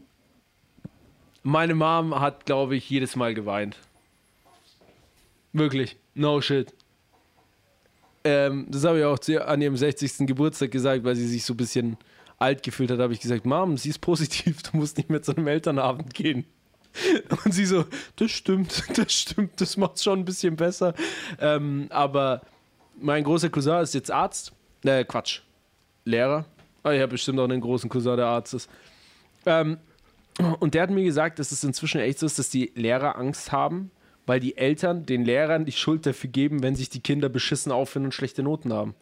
meine Mom hat, glaube ich, jedes Mal geweint. Wirklich, no shit. Ähm, das habe ich auch zu, an ihrem sechzigsten Geburtstag gesagt, weil sie sich so ein bisschen alt gefühlt hat, habe ich gesagt, Mom, sie ist positiv, du musst nicht mehr zu einem Elternabend gehen. Und sie so, das stimmt, das stimmt, das macht es schon ein bisschen besser. Ähm, aber mein großer Cousin ist jetzt Arzt, äh, Quatsch, Lehrer. Ah, ich habe bestimmt auch einen großen Cousin, der Arzt ist. Ähm, und der hat mir gesagt, dass es inzwischen echt so ist, dass die Lehrer Angst haben, weil die Eltern den Lehrern die Schuld dafür geben, wenn sich die Kinder beschissen auffinden und schlechte Noten haben.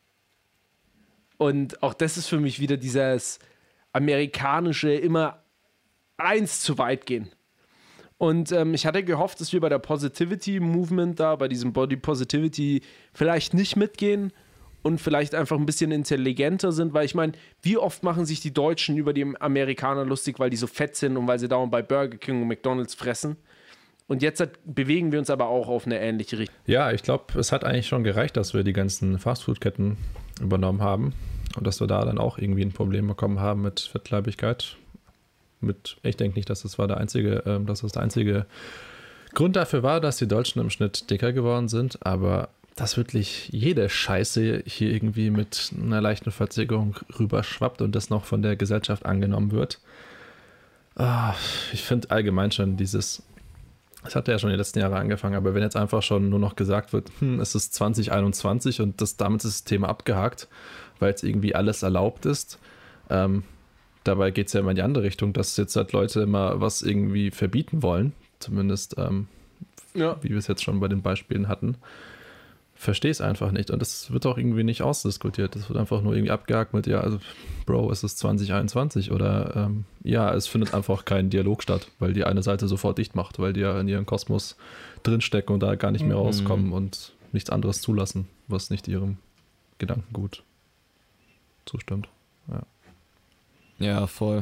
Und auch das ist für mich wieder dieses amerikanische, immer eins zu weit gehen. Und ähm, ich hatte gehofft, dass wir bei der Positivity Movement da, bei diesem Body Positivity vielleicht nicht mitgehen und vielleicht einfach ein bisschen intelligenter sind, weil ich meine, wie oft machen sich die Deutschen über die Amerikaner lustig, weil die so fett sind und weil sie dauernd bei Burger King und McDonald's fressen. Und jetzt hat, bewegen wir uns aber auch auf eine ähnliche Richtung. Ja, ich glaube, es hat eigentlich schon gereicht, dass wir die ganzen Fastfood-Ketten übernommen haben und dass wir da dann auch irgendwie ein Problem bekommen haben mit Fettleibigkeit. Mit, ich denke nicht, dass das war der einzige, ähm, dass das der einzige Grund dafür war, dass die Deutschen im Schnitt dicker geworden sind, aber dass wirklich jede Scheiße hier irgendwie mit einer leichten Verzögerung rüberschwappt und das noch von der Gesellschaft angenommen wird. Ah, ich finde allgemein schon dieses, es hat ja schon die letzten Jahre angefangen, aber wenn jetzt einfach schon nur noch gesagt wird, hm, es ist zwanzig einundzwanzig und das, damit ist das Thema abgehakt, weil jetzt irgendwie alles erlaubt ist, ähm, dabei geht es ja immer in die andere Richtung, dass jetzt halt Leute immer was irgendwie verbieten wollen, zumindest ähm, Ja. wie wir es jetzt schon bei den Beispielen hatten. verstehe es einfach nicht. Und das wird auch irgendwie nicht ausdiskutiert. Das wird einfach nur irgendwie abgehakt mit, ja, also, Bro, es ist zwanzig einundzwanzig oder ähm, ja, es findet einfach kein Dialog statt, weil die eine Seite sofort dicht macht, weil die ja in ihrem Kosmos drinstecken und da gar nicht mehr Mhm. rauskommen und nichts anderes zulassen, was nicht ihrem Gedankengut zustimmt. Ja. Ja, voll.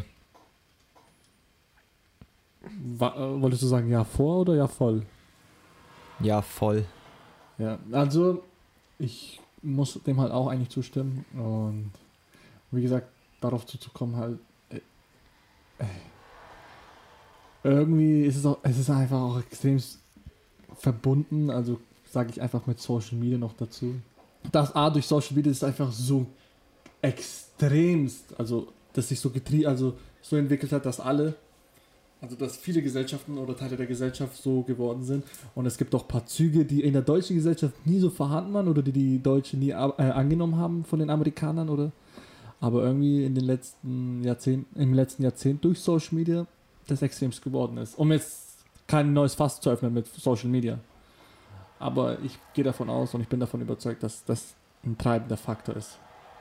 Wa- äh, wolltest du sagen, ja vor oder ja voll? Ja, voll. Ja, also ich muss dem halt auch eigentlich zustimmen und wie gesagt, darauf zuzukommen halt äh, äh, irgendwie ist es auch, es ist einfach auch extrem verbunden, also sage ich einfach mit Social Media noch dazu. Das A durch Social Media ist einfach so extremst, also dass sich so getrie also so entwickelt hat, dass alle Also, dass viele Gesellschaften oder Teile der Gesellschaft so geworden sind. Und es gibt auch ein paar Züge, die in der deutschen Gesellschaft nie so vorhanden waren oder die die Deutschen nie äh, angenommen haben von den Amerikanern, oder? Aber irgendwie in den letzten Jahrzehnten, im letzten Jahrzehnt durch Social Media das extremst geworden ist. Um jetzt kein neues Fass zu öffnen mit Social Media. Aber ich gehe davon aus und ich bin davon überzeugt, dass das ein treibender Faktor ist.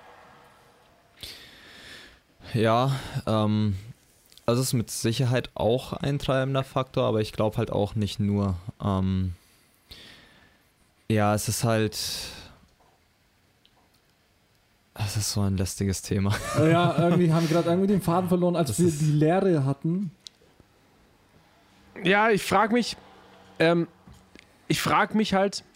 Ja, ähm, also es ist mit Sicherheit auch ein treibender Faktor, aber ich glaube halt auch nicht nur. Ähm, ja, es ist halt... Es ist so ein lästiges Thema. Äh, Ja, irgendwie haben wir gerade irgendwie den Faden verloren, als Das wir ist- die Lehre hatten. Ja, ich frage mich, ähm, ich frage mich halt,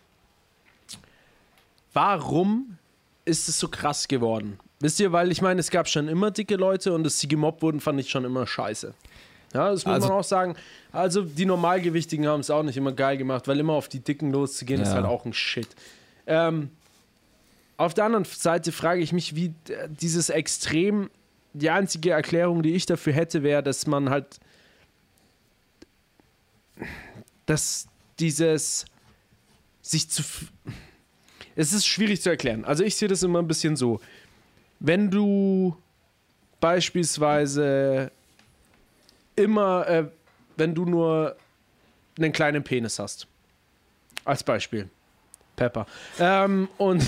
warum ist es so krass geworden? Wisst ihr, weil ich meine, es gab schon immer dicke Leute und dass sie gemobbt wurden, fand ich schon immer scheiße. Ja, das muss Also- man auch sagen. Also die Normalgewichtigen haben es auch nicht immer geil gemacht, weil immer auf die Dicken loszugehen, ist Ja. halt auch ein Shit. Ähm, auf der anderen Seite frage ich mich, wie äh, dieses Extrem, die einzige Erklärung, die ich dafür hätte, wäre, dass man halt, dass dieses sich zu... f- Es ist schwierig zu erklären. Also ich sehe das immer ein bisschen so. Wenn du beispielsweise immer, äh, wenn du nur einen kleinen Penis hast, als Beispiel, Pepper, ähm, und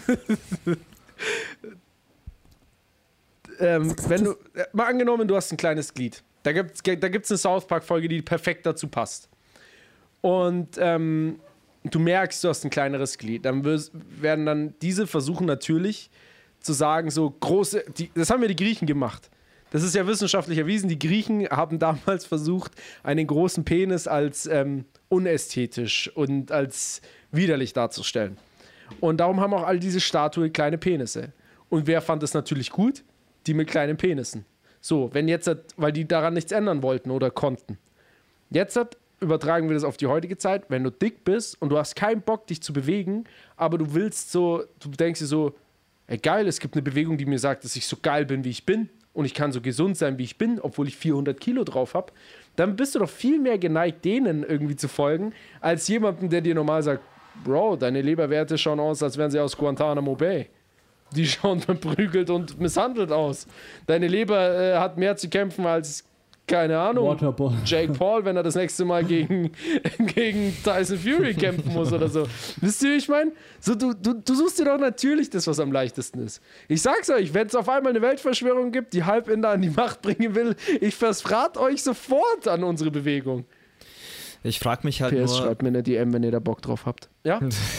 ähm, wenn du, äh, mal angenommen, du hast ein kleines Glied, da gibt es da gibt's eine South Park-Folge, die perfekt dazu passt. Und ähm, du merkst, du hast ein kleineres Glied, dann wirst, werden dann diese versuchen natürlich zu sagen, so große, die, das haben ja die Griechen gemacht. Das ist ja wissenschaftlich erwiesen. Die Griechen haben damals versucht, einen großen Penis als ähm, unästhetisch und als widerlich darzustellen. Und darum haben auch all diese Statuen kleine Penisse. Und wer fand es natürlich gut? Die mit kleinen Penissen. So, wenn jetzt, weil die daran nichts ändern wollten oder konnten. Jetzt hat, übertragen wir das auf die heutige Zeit, wenn du dick bist und du hast keinen Bock, dich zu bewegen, aber du willst so, du denkst dir so, ey geil, es gibt eine Bewegung, die mir sagt, dass ich so geil bin, wie ich bin und ich kann so gesund sein, wie ich bin, obwohl ich vierhundert Kilo drauf habe, dann bist du doch viel mehr geneigt, denen irgendwie zu folgen, als jemandem, der dir normal sagt, Bro, deine Leberwerte schauen aus, als wären sie aus Guantanamo Bay. Die schauen verprügelt und misshandelt aus. Deine Leber äh, hat mehr zu kämpfen als, keine Ahnung, Waterboy. Jake Paul, wenn er das nächste Mal gegen, gegen Tyson Fury kämpfen muss oder so. Wisst ihr, wie ich meine? So, du, du, du suchst dir doch natürlich das, was am leichtesten ist. Ich sag's euch, wenn es auf einmal eine Weltverschwörung gibt, die Halbinder an die Macht bringen will, ich versprate euch sofort an unsere Bewegung. Ich frage mich halt P S, nur... schreibt mir eine D M, wenn ihr da Bock drauf habt. Ja?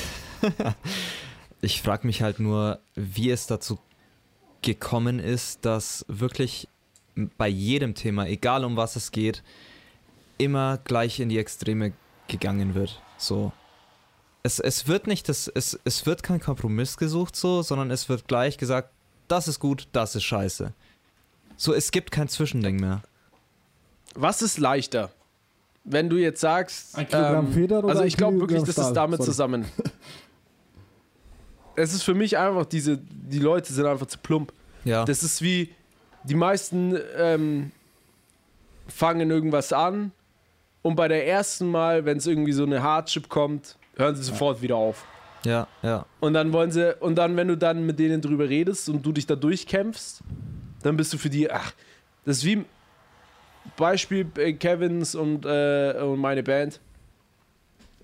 Ich frage mich halt nur, wie es dazu gekommen ist, dass wirklich bei jedem Thema, egal um was es geht, immer gleich in die Extreme gegangen wird. So. Es, es wird nicht das, es, es wird kein Kompromiss gesucht, so, sondern es wird gleich gesagt, das ist gut, das ist scheiße. So, es gibt kein Zwischending mehr. Was ist leichter? Wenn du jetzt sagst, Ein Kilogramm ähm, Feder oder also ein ich glaube wirklich, Kilogramm das ist Stahl? damit Sorry. zusammen. Es ist für mich einfach diese, die Leute sind einfach zu plump. Ja. Das ist wie, die meisten ähm, fangen irgendwas an und bei der ersten Mal, wenn es irgendwie so eine Hardship kommt, hören sie sofort wieder auf. ja, ja. Und dann wollen sie, und dann, wenn du dann mit denen drüber redest und du dich da durchkämpfst, dann bist du für die, ach, das ist wie Beispiel äh, Kevins und, äh, und meine Band.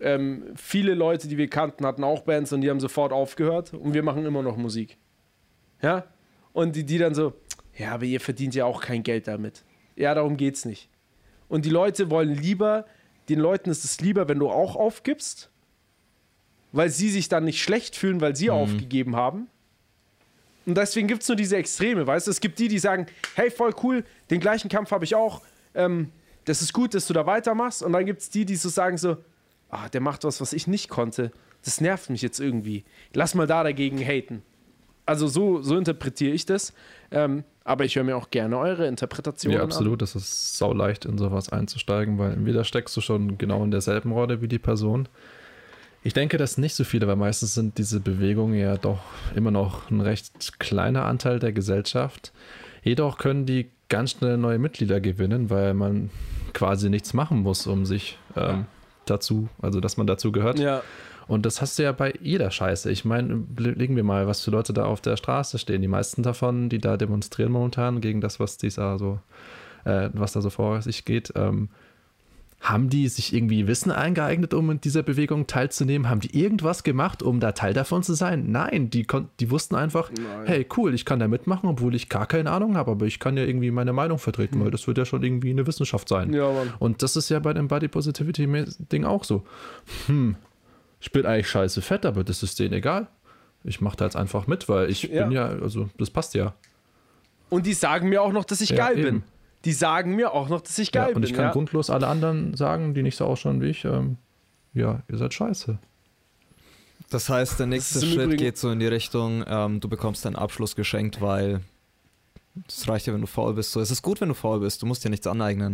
ähm, viele Leute, die wir kannten, hatten auch Bands und die haben sofort aufgehört und wir machen immer noch Musik. Ja? Und die, die dann so, ja, aber ihr verdient ja auch kein Geld damit. Ja, darum geht's nicht. Und die Leute wollen lieber, den Leuten ist es lieber, wenn du auch aufgibst, weil sie sich dann nicht schlecht fühlen, weil sie mhm. aufgegeben haben. Und deswegen gibt es nur diese Extreme, weißt du? Es gibt die, die sagen, hey, voll cool, den gleichen Kampf habe ich auch, ähm, das ist gut, dass du da weitermachst. Und dann gibt es die, die so sagen so, ah, der macht was, was ich nicht konnte. Das nervt mich jetzt irgendwie. Lass mal da dagegen haten. Also so, so interpretiere ich das. Ähm, aber ich höre mir auch gerne eure Interpretationen an. Ja, absolut. Es ist sauleicht, in sowas einzusteigen, weil entweder steckst du schon genau in derselben Rolle wie die Person. Ich denke, das nicht so viele, weil meistens sind diese Bewegungen ja doch immer noch ein recht kleiner Anteil der Gesellschaft. Jedoch können die ganz schnell neue Mitglieder gewinnen, weil man quasi nichts machen muss, um sich ähm, ja. dazu, also dass man dazu gehört. Ja. Und das hast du ja bei jeder Scheiße. Ich meine, legen wir mal, was für Leute da auf der Straße stehen. Die meisten davon, die da demonstrieren momentan gegen das, was dieser so, äh, was da so vor sich geht, ähm, haben die sich irgendwie Wissen eingeeignet, um in dieser Bewegung teilzunehmen? Haben die irgendwas gemacht, um da Teil davon zu sein? Nein, die, kon- die wussten einfach, Nein. hey, cool, ich kann da mitmachen, obwohl ich gar keine Ahnung habe, aber ich kann ja irgendwie meine Meinung vertreten, hm. weil das wird ja schon irgendwie eine Wissenschaft sein. Ja, Mann. Und das ist ja bei dem Body Positivity-Ding auch so. Hm, ich bin eigentlich scheiße fett, aber das ist denen egal. Ich mache da jetzt einfach mit, weil ich ja. bin ja, also das passt ja. Und die sagen mir auch noch, dass ich ja, geil eben. bin. Die sagen mir auch noch, dass ich geil ja, und bin. Und ich kann ja? grundlos alle anderen sagen, die nicht so ausschauen wie ich, ähm, ja, ihr seid scheiße. Das heißt, der nächste Schritt Übrigen geht so in die Richtung, ähm, du bekommst deinen Abschluss geschenkt, weil es reicht ja, wenn du faul bist. So, es ist gut, wenn du faul bist, du musst dir nichts aneignen.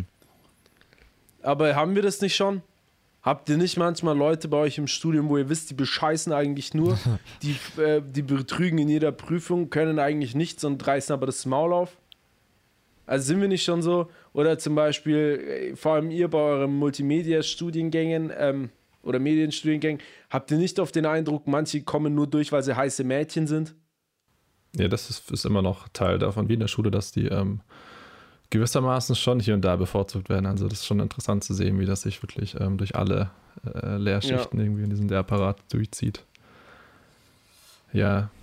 Aber haben wir das nicht schon? Habt ihr nicht manchmal Leute bei euch im Studium, wo ihr wisst, die bescheißen eigentlich nur, die, äh, die betrügen in jeder Prüfung, können eigentlich nichts und reißen aber das Maul auf? Also sind wir nicht schon so? Oder zum Beispiel, vor allem ihr bei euren Multimedia-Studiengängen ähm, oder Medienstudiengängen, habt ihr nicht oft den Eindruck, manche kommen nur durch, weil sie heiße Mädchen sind? Ja, das ist, ist immer noch Teil davon, wie in der Schule, dass die ähm, gewissermaßen schon hier und da bevorzugt werden. Also das ist schon interessant zu sehen, wie das sich wirklich ähm, durch alle äh, Lehrschichten ja. irgendwie in diesem Lehrapparat durchzieht. Ja.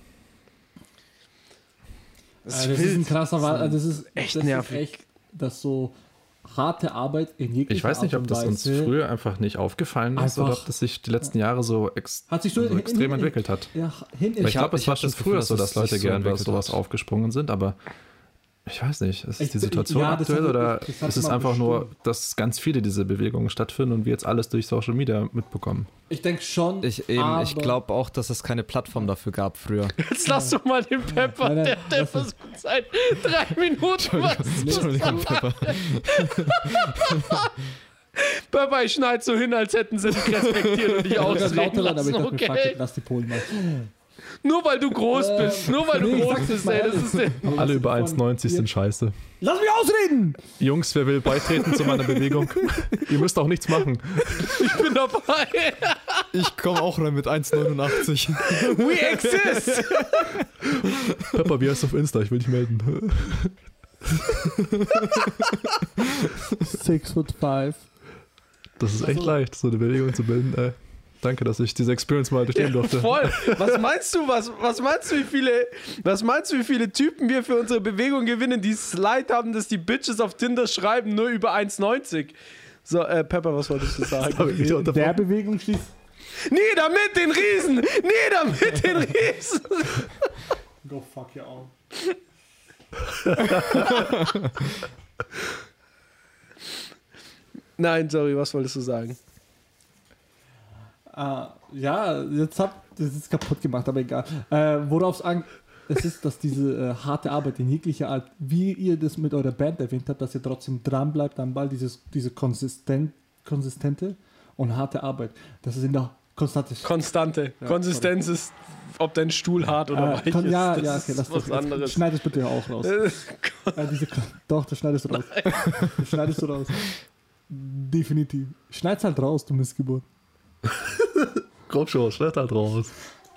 Das, also das ist ein krasser Wahl. Also das ist echt das nervig. Ist echt, dass so harte Arbeit in jeglicher Ich weiß nicht, ob das uns früher einfach nicht aufgefallen ist oder ob das sich die letzten Jahre so, ex hat sich so, so extrem hin, entwickelt hat. Ja, hin, ich glaube, es war schon früher so, dass Leute so gerne bei sowas hat. aufgesprungen sind, aber ich weiß nicht, ist es die Situation ja, aktuell hat, oder ist es einfach bestimmt. nur, dass ganz viele diese Bewegungen stattfinden und wir jetzt alles durch Social Media mitbekommen? Ich denke schon. Ich, ich glaube auch, dass es keine Plattform dafür gab früher. Jetzt lass doch mal den Pepper, nein, nein, der, der versucht seit drei Minuten was Entschuldigung, Pepper. Pepper, ich schneide so hin, als hätten sie dich respektiert und dich ausreden lassen, aber ich okay? Lass die Polen mal. Nur weil du groß äh, bist, nur weil du nee, groß bist, ey, das ist der. Alle über eins neunzig sind scheiße. Lass mich ausreden! Jungs, wer will beitreten zu meiner Bewegung? Ihr müsst auch nichts machen. Ich bin dabei. Ich komme auch rein mit eins neunundachtzig. We exist! Pepper, wie heißt du auf Insta? Ich will dich melden. Six foot five. Das ist echt also, leicht, so eine Bewegung zu bilden, ey. Danke, dass ich diese Experience mal durchstehen ja, durfte. Voll. Was meinst du, was, was meinst du, wie viele, was meinst du, wie viele Typen wir für unsere Bewegung gewinnen, die es leid haben, dass die Bitches auf Tinder schreiben, nur über eins neunzig? So, äh, Pepper, was wolltest du sagen? Der Bewegung schließt. Nieder mit den Riesen! Nieder mit den Riesen! Go fuck your own. Nein, sorry, was wolltest du sagen? Uh, ja, jetzt habt ihr es kaputt gemacht, aber egal. Uh, Worauf es an es ist, dass diese uh, harte Arbeit in jeglicher Art, wie ihr das mit eurer Band erwähnt habt, dass ihr trotzdem dran bleibt am Ball, dieses, diese konsistent, konsistente und harte Arbeit. Das ist in der Konstante. Konstante. Ja, Konsistenz sorry. ist, ob dein Stuhl hart oder uh, weich kon- ist. Ja, das ja, okay, ist das was ist anderes. Schneid es bitte auch raus. uh, diese, doch, das schneidest du raus. Das schneidest du raus. Definitiv. Schneid's halt raus, du Missgeburt. Komm schon, schneid halt raus.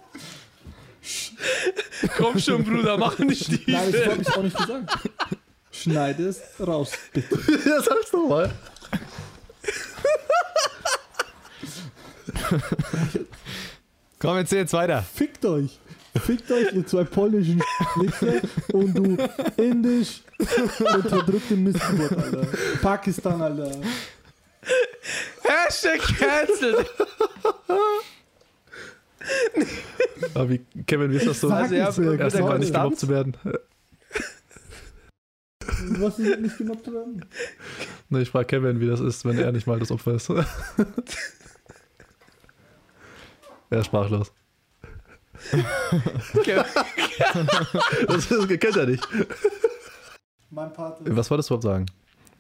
Komm schon, Bruder, mach nicht die. Nein, das wollte ich auch nicht gesagt. Schneid es raus, bitte. Ja, sag's doch mal. Komm, jetzt jetzt weiter. Fickt euch. Fickt euch, ihr zwei polnischen Wichser und du indisch unterdrückte Missgeburt, Alter. Pakistan, Alter. Hashtag cancelled. Aber wie, Kevin, wie ist das so? Sag ja, es mir, mit Erst der einmal nicht Konstanz? gemobbt zu werden. Was ist nicht gemobbt zu werden? Ne, ich frage Kevin, wie das ist, wenn er nicht mal das Opfer ist. Er ist sprachlos. Das, das kennt er nicht. Mein Part. Was wolltest du überhaupt sagen?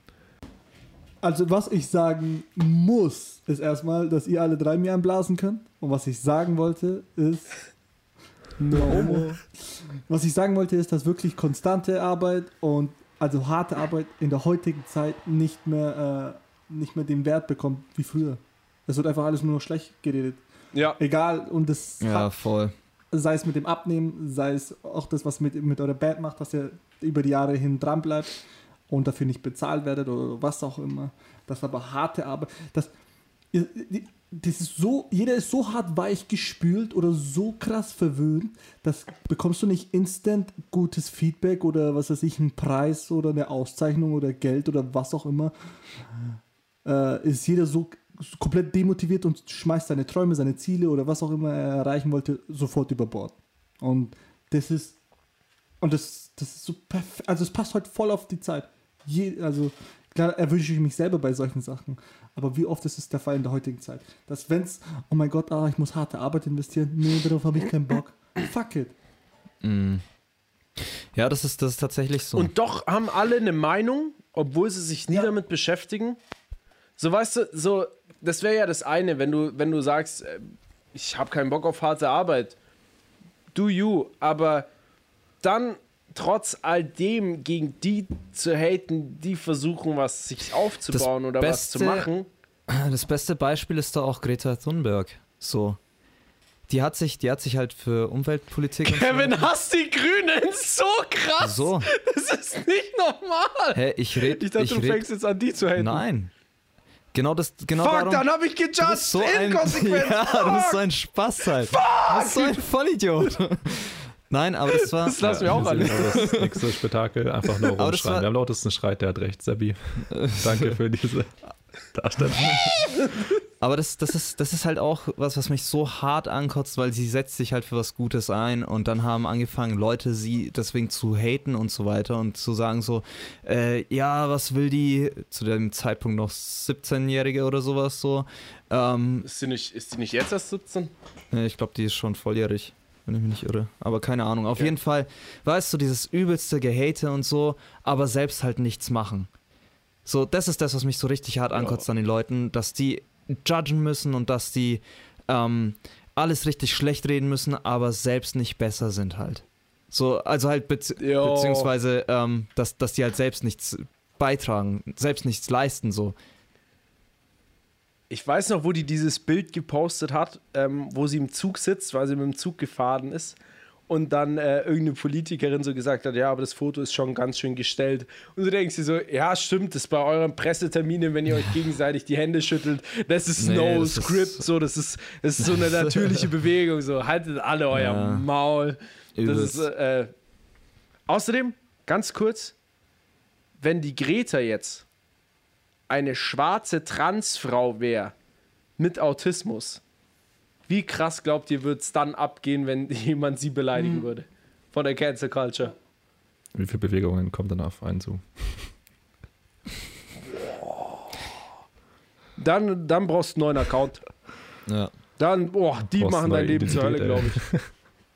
Also was ich sagen muss, ist erstmal, dass ihr alle drei mir einblasen könnt. Und was ich sagen wollte, ist... No homo. Was ich sagen wollte, ist, dass wirklich konstante Arbeit und also harte Arbeit in der heutigen Zeit nicht mehr, äh, nicht mehr den Wert bekommt wie früher. Es wird einfach alles nur noch schlecht geredet. Ja. Egal, und das Ja, hat, voll. sei es mit dem Abnehmen, sei es auch das, was mit, mit eurer Band macht, dass ihr über die Jahre hin dran bleibt und dafür nicht bezahlt werdet oder was auch immer. Das aber harte Arbeit. Das, das ist so, jeder ist so hart weich gespült oder so krass verwöhnt, das bekommst du nicht instant gutes Feedback oder was weiß ich, einen Preis oder eine Auszeichnung oder Geld oder was auch immer. Äh, ist jeder so komplett demotiviert und schmeißt seine Träume, seine Ziele oder was auch immer er erreichen wollte, sofort über Bord. Und das ist und das, das ist so perfekt, also es passt heute voll auf die Zeit. Je, also klar erwünsche ich mich selber bei solchen Sachen, aber wie oft ist es der Fall in der heutigen Zeit? Dass wenn's, oh mein Gott, ah, ich muss harte Arbeit investieren, nee, darauf habe ich keinen Bock. Fuck it. Mm. Ja, das ist, das ist tatsächlich so. Und doch haben alle eine Meinung, obwohl sie sich nie Ja. damit beschäftigen. So, weißt du, so, das wäre ja das eine, wenn du, wenn du sagst, äh, ich habe keinen Bock auf harte Arbeit. Do you, aber dann trotz all dem gegen die zu haten, die versuchen, was sich aufzubauen Das oder was zu Beste- machen. Das beste Beispiel ist da auch Greta Thunberg. So. Die hat sich, die hat sich halt für Umweltpolitik. und Kevin hasst die Grünen so krass. So. Das ist nicht normal. Hä, ich rede. Ich dachte, ich du red, fängst jetzt an, die zu haten. Nein. Genau das. Genau Fuck, darum, dann hab ich du gejudged. bist so ein, Inkonsequent. ja, du bist Fuck. so ein Spaß halt. Fuck. Du bist so ein Vollidiot. Nein, aber das war. Das lassen wir auch wir alle. sehen aber das nächste Spektakel einfach nur Aber das rumschreien. war- Wer am lautesten schreit, der hat recht, Sebi. Danke für diese Darstellung. Aber das, das, ist, das ist halt auch was, was mich so hart ankotzt, weil sie setzt sich halt für was Gutes ein und dann haben angefangen, Leute sie deswegen zu haten und so weiter und zu sagen so, äh, ja, was will die, zu dem Zeitpunkt noch siebzehnjährige oder sowas so. Ähm, Ist die nicht, ist die nicht jetzt erst siebzehn? äh, ich glaube, die ist schon volljährig, wenn ich mich nicht irre. Aber keine Ahnung. Auf Ja. jeden Fall, weißt du, dieses übelste Gehate und so, aber selbst halt nichts machen. So, das ist das, was mich so richtig hart ankotzt an den Leuten, dass die judgen müssen und dass die ähm, alles richtig schlecht reden müssen, aber selbst nicht besser sind halt. So, also halt bezieh Jo. beziehungsweise, ähm, dass, dass die halt selbst nichts beitragen, selbst nichts leisten, so. Ich weiß noch, wo die dieses Bild gepostet hat, ähm, wo sie im Zug sitzt, weil sie mit dem Zug gefahren ist und dann äh, irgendeine Politikerin so gesagt hat, ja, aber das Foto ist schon ganz schön gestellt. Und du denkst dir so, ja, stimmt, das ist bei euren Presseterminen, wenn ihr euch gegenseitig die Hände schüttelt, das ist Nee, no das ist- script, so, das ist, das ist so eine natürliche Bewegung, so, haltet alle euer Ja. Maul. Das Übelst. ist, äh, außerdem, ganz kurz, wenn die Greta jetzt eine schwarze Transfrau wäre mit Autismus, wie krass glaubt ihr, wird es dann abgehen, wenn jemand sie beleidigen würde? Von der Cancel Culture. Wie viele Bewegungen kommen dann auf einen zu? Dann, dann brauchst du einen neuen Account. Ja. Dann, boah, die Brauchst machen neue dein Leben zur Hölle, Identität, glaube ich.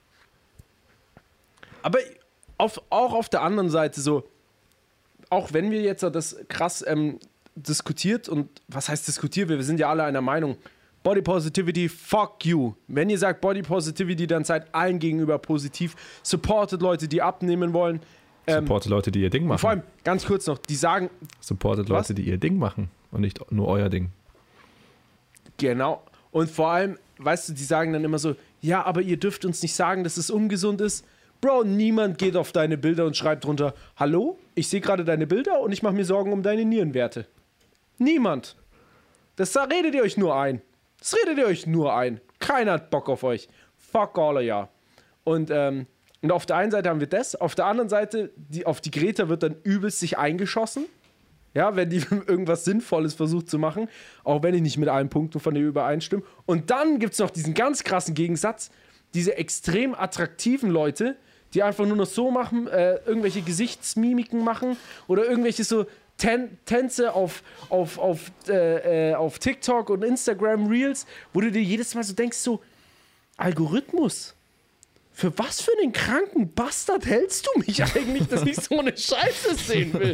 Aber auf, auch auf der anderen Seite so, auch wenn wir jetzt das krass ähm, diskutiert und was heißt diskutiert, wir sind ja alle einer Meinung, Body Positivity, fuck you. Wenn ihr sagt Body Positivity, dann seid allen gegenüber positiv. Supportet Leute, die abnehmen wollen. Ähm, Supportet Leute, die ihr Ding machen. vor allem, ganz kurz noch, die sagen, Supportet Was? Leute, die ihr Ding machen und nicht nur euer Ding. genau, und vor allem, weißt du, die sagen dann immer so, ja, aber ihr dürft uns nicht sagen, dass es ungesund ist. Bro, niemand geht auf deine Bilder und schreibt drunter, hallo, ich sehe gerade deine Bilder und ich mache mir Sorgen um deine Nierenwerte. Niemand. Das da redet ihr euch nur ein. Das redet ihr euch nur ein. Keiner hat Bock auf euch. Fuck all of ya. Und, ähm, und auf der einen Seite haben wir das, auf der anderen Seite, die, auf die Greta wird dann übelst sich eingeschossen. Ja, wenn die irgendwas Sinnvolles versucht zu machen, auch wenn ich nicht mit allen Punkten von ihr übereinstimme. Und dann gibt es noch diesen ganz krassen Gegensatz, diese extrem attraktiven Leute, die einfach nur noch so machen, äh, irgendwelche Gesichtsmimiken machen oder irgendwelche so Tän- Tänze auf, auf, auf, äh, äh, auf TikTok und Instagram Reels, wo du dir jedes Mal so denkst, so, Algorithmus, für was für einen kranken Bastard hältst du mich eigentlich, dass ich so eine Scheiße sehen will?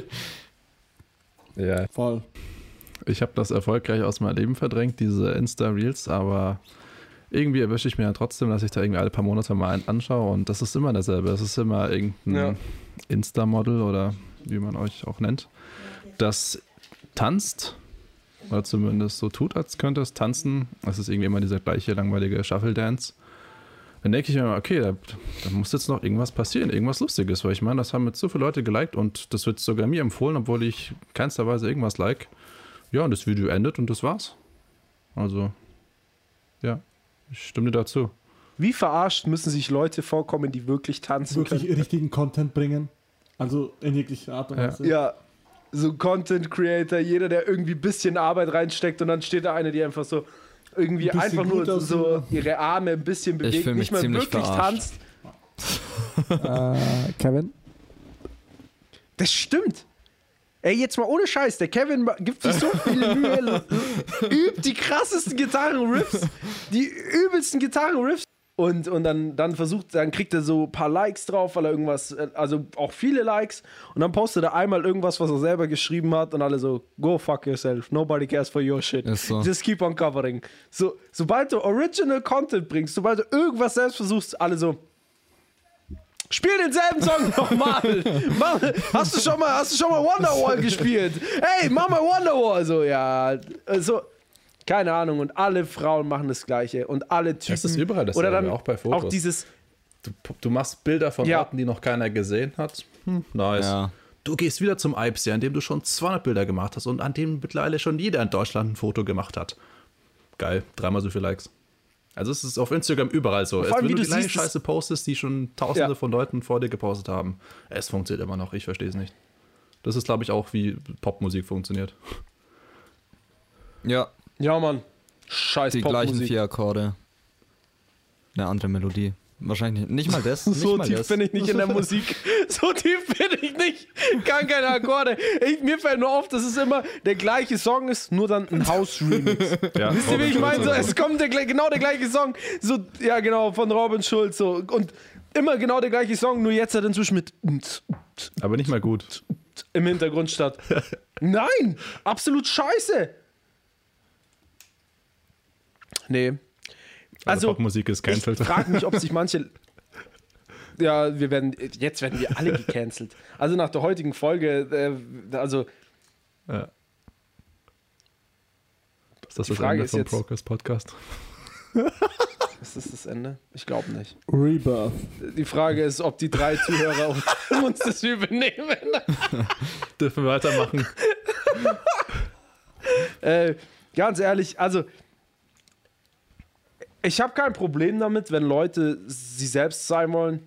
Ja, Voll. ich habe das erfolgreich aus meinem Leben verdrängt, diese Insta-Reels, aber irgendwie erwische ich mir ja trotzdem, dass ich da irgendwie alle paar Monate mal einen anschaue und das ist immer dasselbe. Das ist immer irgendein Ja. Insta-Model oder wie man euch auch nennt, das tanzt oder zumindest so tut, als könnte es tanzen. Das ist irgendwie immer dieser gleiche langweilige Shuffle-Dance. Dann denke ich mir, okay, da, da muss jetzt noch irgendwas passieren, irgendwas Lustiges, weil ich meine, das haben jetzt so viele Leute geliked und das wird sogar mir empfohlen, obwohl ich keinster Weise irgendwas like. Ja, und das Video endet und das war's. Also, ja, ich stimme dir dazu. Wie verarscht müssen sich Leute vorkommen, die wirklich tanzen Wirklich können? richtigen Content bringen. Also in jeglicher Art und Ja. Weise. Ja, so Content Creator, jeder, der irgendwie ein bisschen Arbeit reinsteckt und dann steht da eine, die einfach so irgendwie Ein bisschen einfach nur gut so aussehen. ihre Arme ein bisschen bewegt, fühl mich nicht mal ziemlich wirklich verarscht. tanzt. Äh, Kevin? Das stimmt. Ey, jetzt mal ohne Scheiß, der Kevin ma- gibt sich so viele Mühe, übt die krassesten Gitarrenriffs, die übelsten Gitarrenriffs und, und dann, dann versucht, dann kriegt er so ein paar Likes drauf, weil er irgendwas, äh, also auch viele Likes und dann postet er einmal irgendwas, was er selber geschrieben hat und alle so, go fuck yourself, nobody cares for your shit, Ist so. just keep on covering. So, sobald du Original Content bringst, sobald du irgendwas selbst versuchst, alle so, spiel denselben Song nochmal. Mach- Hast du schon mal, hast du schon mal Wonderwall gespielt? Hey, mach mal Wonderwall. So, ja, so, keine Ahnung. Und alle Frauen machen das Gleiche. Und alle Typen. Das ist überall dasselbe, Oder dann auch bei Fotos. Auch dieses, Du, du machst Bilder von Ja. Orten, die noch keiner gesehen hat. Hm, nice. Ja. Du gehst wieder zum Eibsee, an dem du schon zweihundert Bilder gemacht hast und an dem mittlerweile schon jeder in Deutschland ein Foto gemacht hat. Geil, dreimal so viele Likes. Also es ist auf Instagram überall so. Vor allem, Wenn wie du du die gleiche siehst, Scheiße postest, die schon tausende Ja. von Leuten vor dir gepostet haben. Es funktioniert immer noch, ich verstehe es nicht. Das ist, glaube ich, auch, wie Popmusik funktioniert. Ja, ja, Mann. Scheiß die gleichen Popmusik. vier Akkorde. Eine andere Melodie. Wahrscheinlich nicht, nicht mal das. Nicht So mal tief das. bin ich nicht in der Musik. So tief bin ich nicht. Gar keine Akkorde. Ich, mir fällt nur auf, dass es immer der gleiche Song ist, nur dann ein House-Remix. Ja, Wisst ihr, wie ich meine? So, es kommt der, gle- genau der gleiche Song. So, ja, genau, von Robin Schulz. So. Und immer genau der gleiche Song, nur jetzt hat er inzwischen mit Aber nicht mal gut. im Hintergrund statt. Nein, absolut scheiße. Nee. Also, Also, Popmusik ist ich cancelled. frage mich, ob sich manche. Ja, wir werden. Jetzt werden wir alle gecancelt. Also nach der heutigen Folge, äh, also. Ja. Ist das Die das Frage Ende ist vom jetzt- Progress Podcast? Ist das das Ende? Ich glaube nicht. Rebirth. Die Frage ist, ob die drei Zuhörer uns das übernehmen. Dürfen wir weitermachen? Äh, ganz ehrlich, also ich habe kein Problem damit, wenn Leute sie selbst sein wollen.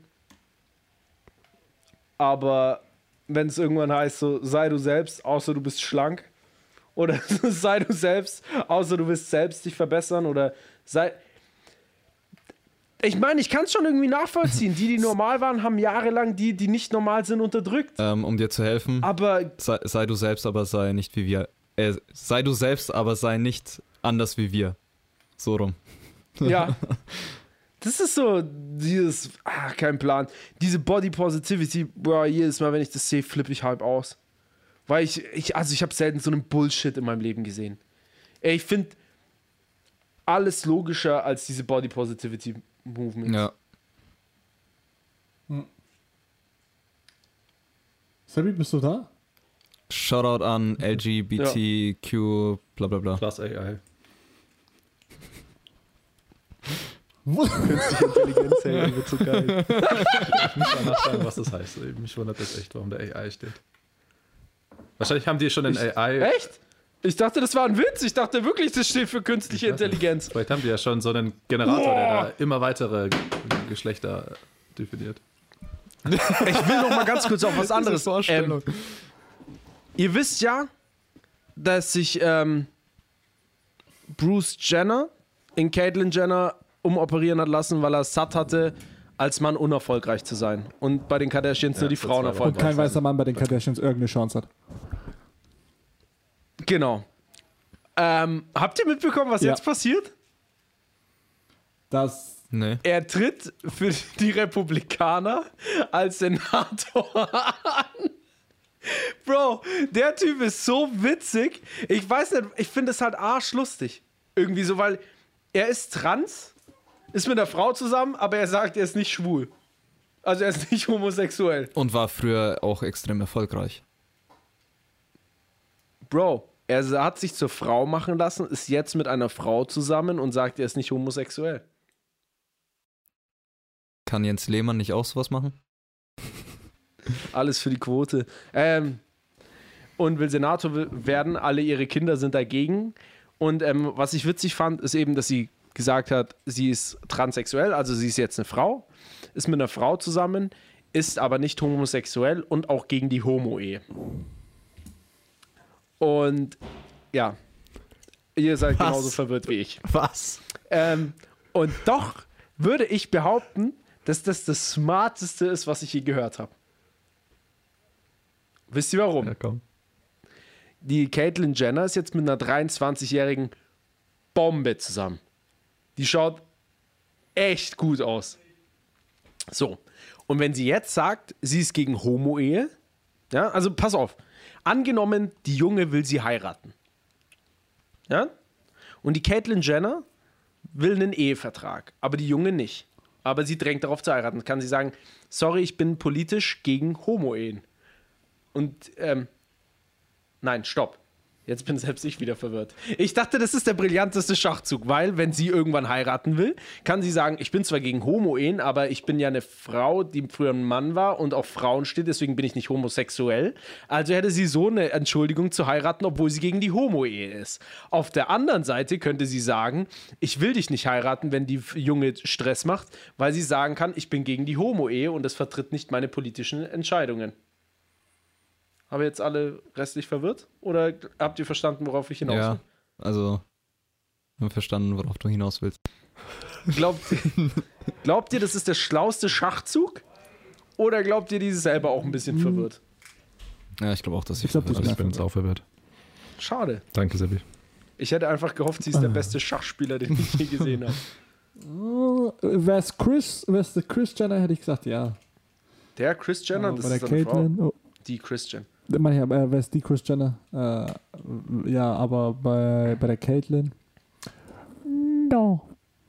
Aber wenn es irgendwann heißt, so sei du selbst, außer du bist schlank. Oder sei du selbst, außer du willst selbst dich verbessern. Oder sei. Ich meine, ich kann es schon irgendwie nachvollziehen. Die, die normal waren, haben jahrelang die, die nicht normal sind, unterdrückt. Ähm, um dir zu helfen, Aber sei, sei du selbst, aber sei nicht wie wir. Äh, sei du selbst, aber sei nicht anders wie wir. So rum. ja, das ist so dieses, ah, kein Plan. Diese Body Positivity, boah, jedes Mal, wenn ich das sehe, flippe ich halb aus. Weil ich, ich also ich habe selten so einen Bullshit in meinem Leben gesehen. Ey, ich finde alles logischer als diese Body Positivity Movement. Ja. Sabi, bist du da? Shoutout an L G B T Q, bla bla bla. Plus A I. Künstliche Intelligenz, ey, wird so geil. Ich muss mal nachschauen, was das heißt. Mich wundert das echt, warum der A I steht. Wahrscheinlich haben die schon in Ich- A I. Echt? Ich dachte, das war ein Witz. Ich dachte wirklich, das steht für künstliche Intelligenz. Vielleicht haben die ja schon so einen Generator, oh. der da immer weitere Geschlechter definiert. Ich will noch mal ganz kurz auf was anderes. Ähm, ihr wisst ja, dass sich ähm, Bruce Jenner in Caitlyn Jenner umoperieren hat lassen, weil er es satt hatte, als Mann unerfolgreich zu sein. Und bei den Kardashians ja, nur die Frauen erfolgreich. Und kein weißer Mann bei den Kardashians irgendeine Chance hat. Genau. Ähm, habt ihr mitbekommen, was ja. jetzt passiert? Das. Nee. Er tritt für die Republikaner als Senator an. Bro, der Typ ist so witzig. Ich weiß nicht, ich finde es halt arschlustig. Irgendwie so, weil er ist trans, ist mit einer Frau zusammen, aber er sagt, er ist nicht schwul. Also er ist nicht homosexuell. Und war früher auch extrem erfolgreich. Bro, er hat sich zur Frau machen lassen, ist jetzt mit einer Frau zusammen und sagt, er ist nicht homosexuell. Kann Jens Lehmann nicht auch sowas machen? Alles für die Quote. Ähm, und will Senator werden, alle ihre Kinder sind dagegen. Und ähm, was ich witzig fand, ist eben, dass sie gesagt hat, sie ist transsexuell, also sie ist jetzt eine Frau, ist mit einer Frau zusammen, ist aber nicht homosexuell und auch gegen die Homo-Ehe. Und ja, ihr seid Was? genauso verwirrt wie ich. Was? Ähm, und doch würde ich behaupten, dass das das Smarteste ist, was ich je gehört habe. Wisst ihr warum? Ja, komm. Die Caitlyn Jenner ist jetzt mit einer dreiundzwanzigjährigen Bombe zusammen. Die schaut echt gut aus. So. Und wenn sie jetzt sagt, sie ist gegen Homo-Ehe, ja, also pass auf. Angenommen, die Junge will sie heiraten. Ja? Und die Caitlyn Jenner will einen Ehevertrag, aber die Junge nicht. Aber sie drängt darauf zu heiraten. Kann sie sagen, sorry, ich bin politisch gegen Homo-Ehen. Und, ähm, nein, stopp. Jetzt bin selbst ich wieder verwirrt. Ich dachte, das ist der brillanteste Schachzug, weil, wenn sie irgendwann heiraten will, kann sie sagen, ich bin zwar gegen Homo-Ehen, aber ich bin ja eine Frau, die früher ein Mann war und auf Frauen steht, deswegen bin ich nicht homosexuell. Also hätte sie so eine Entschuldigung zu heiraten, obwohl sie gegen die Homo-Ehe ist. Auf der anderen Seite könnte sie sagen, ich will dich nicht heiraten, wenn die Junge Stress macht, weil sie sagen kann, ich bin gegen die Homo-Ehe und das vertritt nicht meine politischen Entscheidungen. Habe jetzt alle restlich verwirrt? Oder habt ihr verstanden, worauf ich hinaus will? Ja, also, wir haben verstanden, worauf du hinaus willst. Glaubt, glaubt ihr, das ist der schlauste Schachzug? Oder glaubt ihr, die ist selber auch ein bisschen Mhm. verwirrt? Ja, ich glaube auch, dass ich, Ich glaub, die Also ich bin jetzt auch verwirrt. Schade. Danke, Sebi. Ich hätte einfach gehofft, sie ist der beste Schachspieler, den ich je gesehen habe. Oh, wär's Chris, wär's der Kris Jenner, hätte ich gesagt, ja. Der Kris Jenner, Oh, das bei ist der eine Frau. Caitlyn, oh, Die Kris Jenner. meine ich, äh, wär's die Kris Jenner? Äh, ja, aber bei, bei der Caitlyn. No.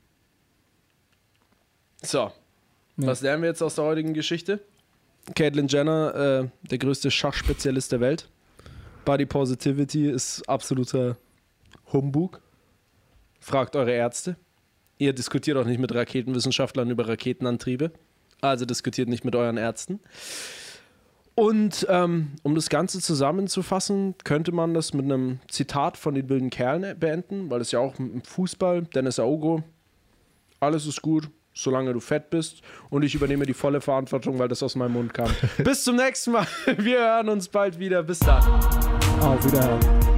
So, Nee. was lernen wir jetzt aus der heutigen Geschichte? Caitlyn Jenner, äh, der größte Schachspezialist der Welt. Body Positivity ist absoluter Humbug. Fragt eure Ärzte. Ihr diskutiert auch nicht mit Raketenwissenschaftlern über Raketenantriebe. Also diskutiert nicht mit euren Ärzten. Und ähm, um das Ganze zusammenzufassen, könnte man das mit einem Zitat von den wilden Kerlen beenden, weil es ja auch im Fußball, Dennis Aogo, alles ist gut, solange du fett bist, und ich übernehme die volle Verantwortung, weil das aus meinem Mund kam. Bis zum nächsten Mal. Wir hören uns bald wieder. Bis dann. Auf Wiederhören.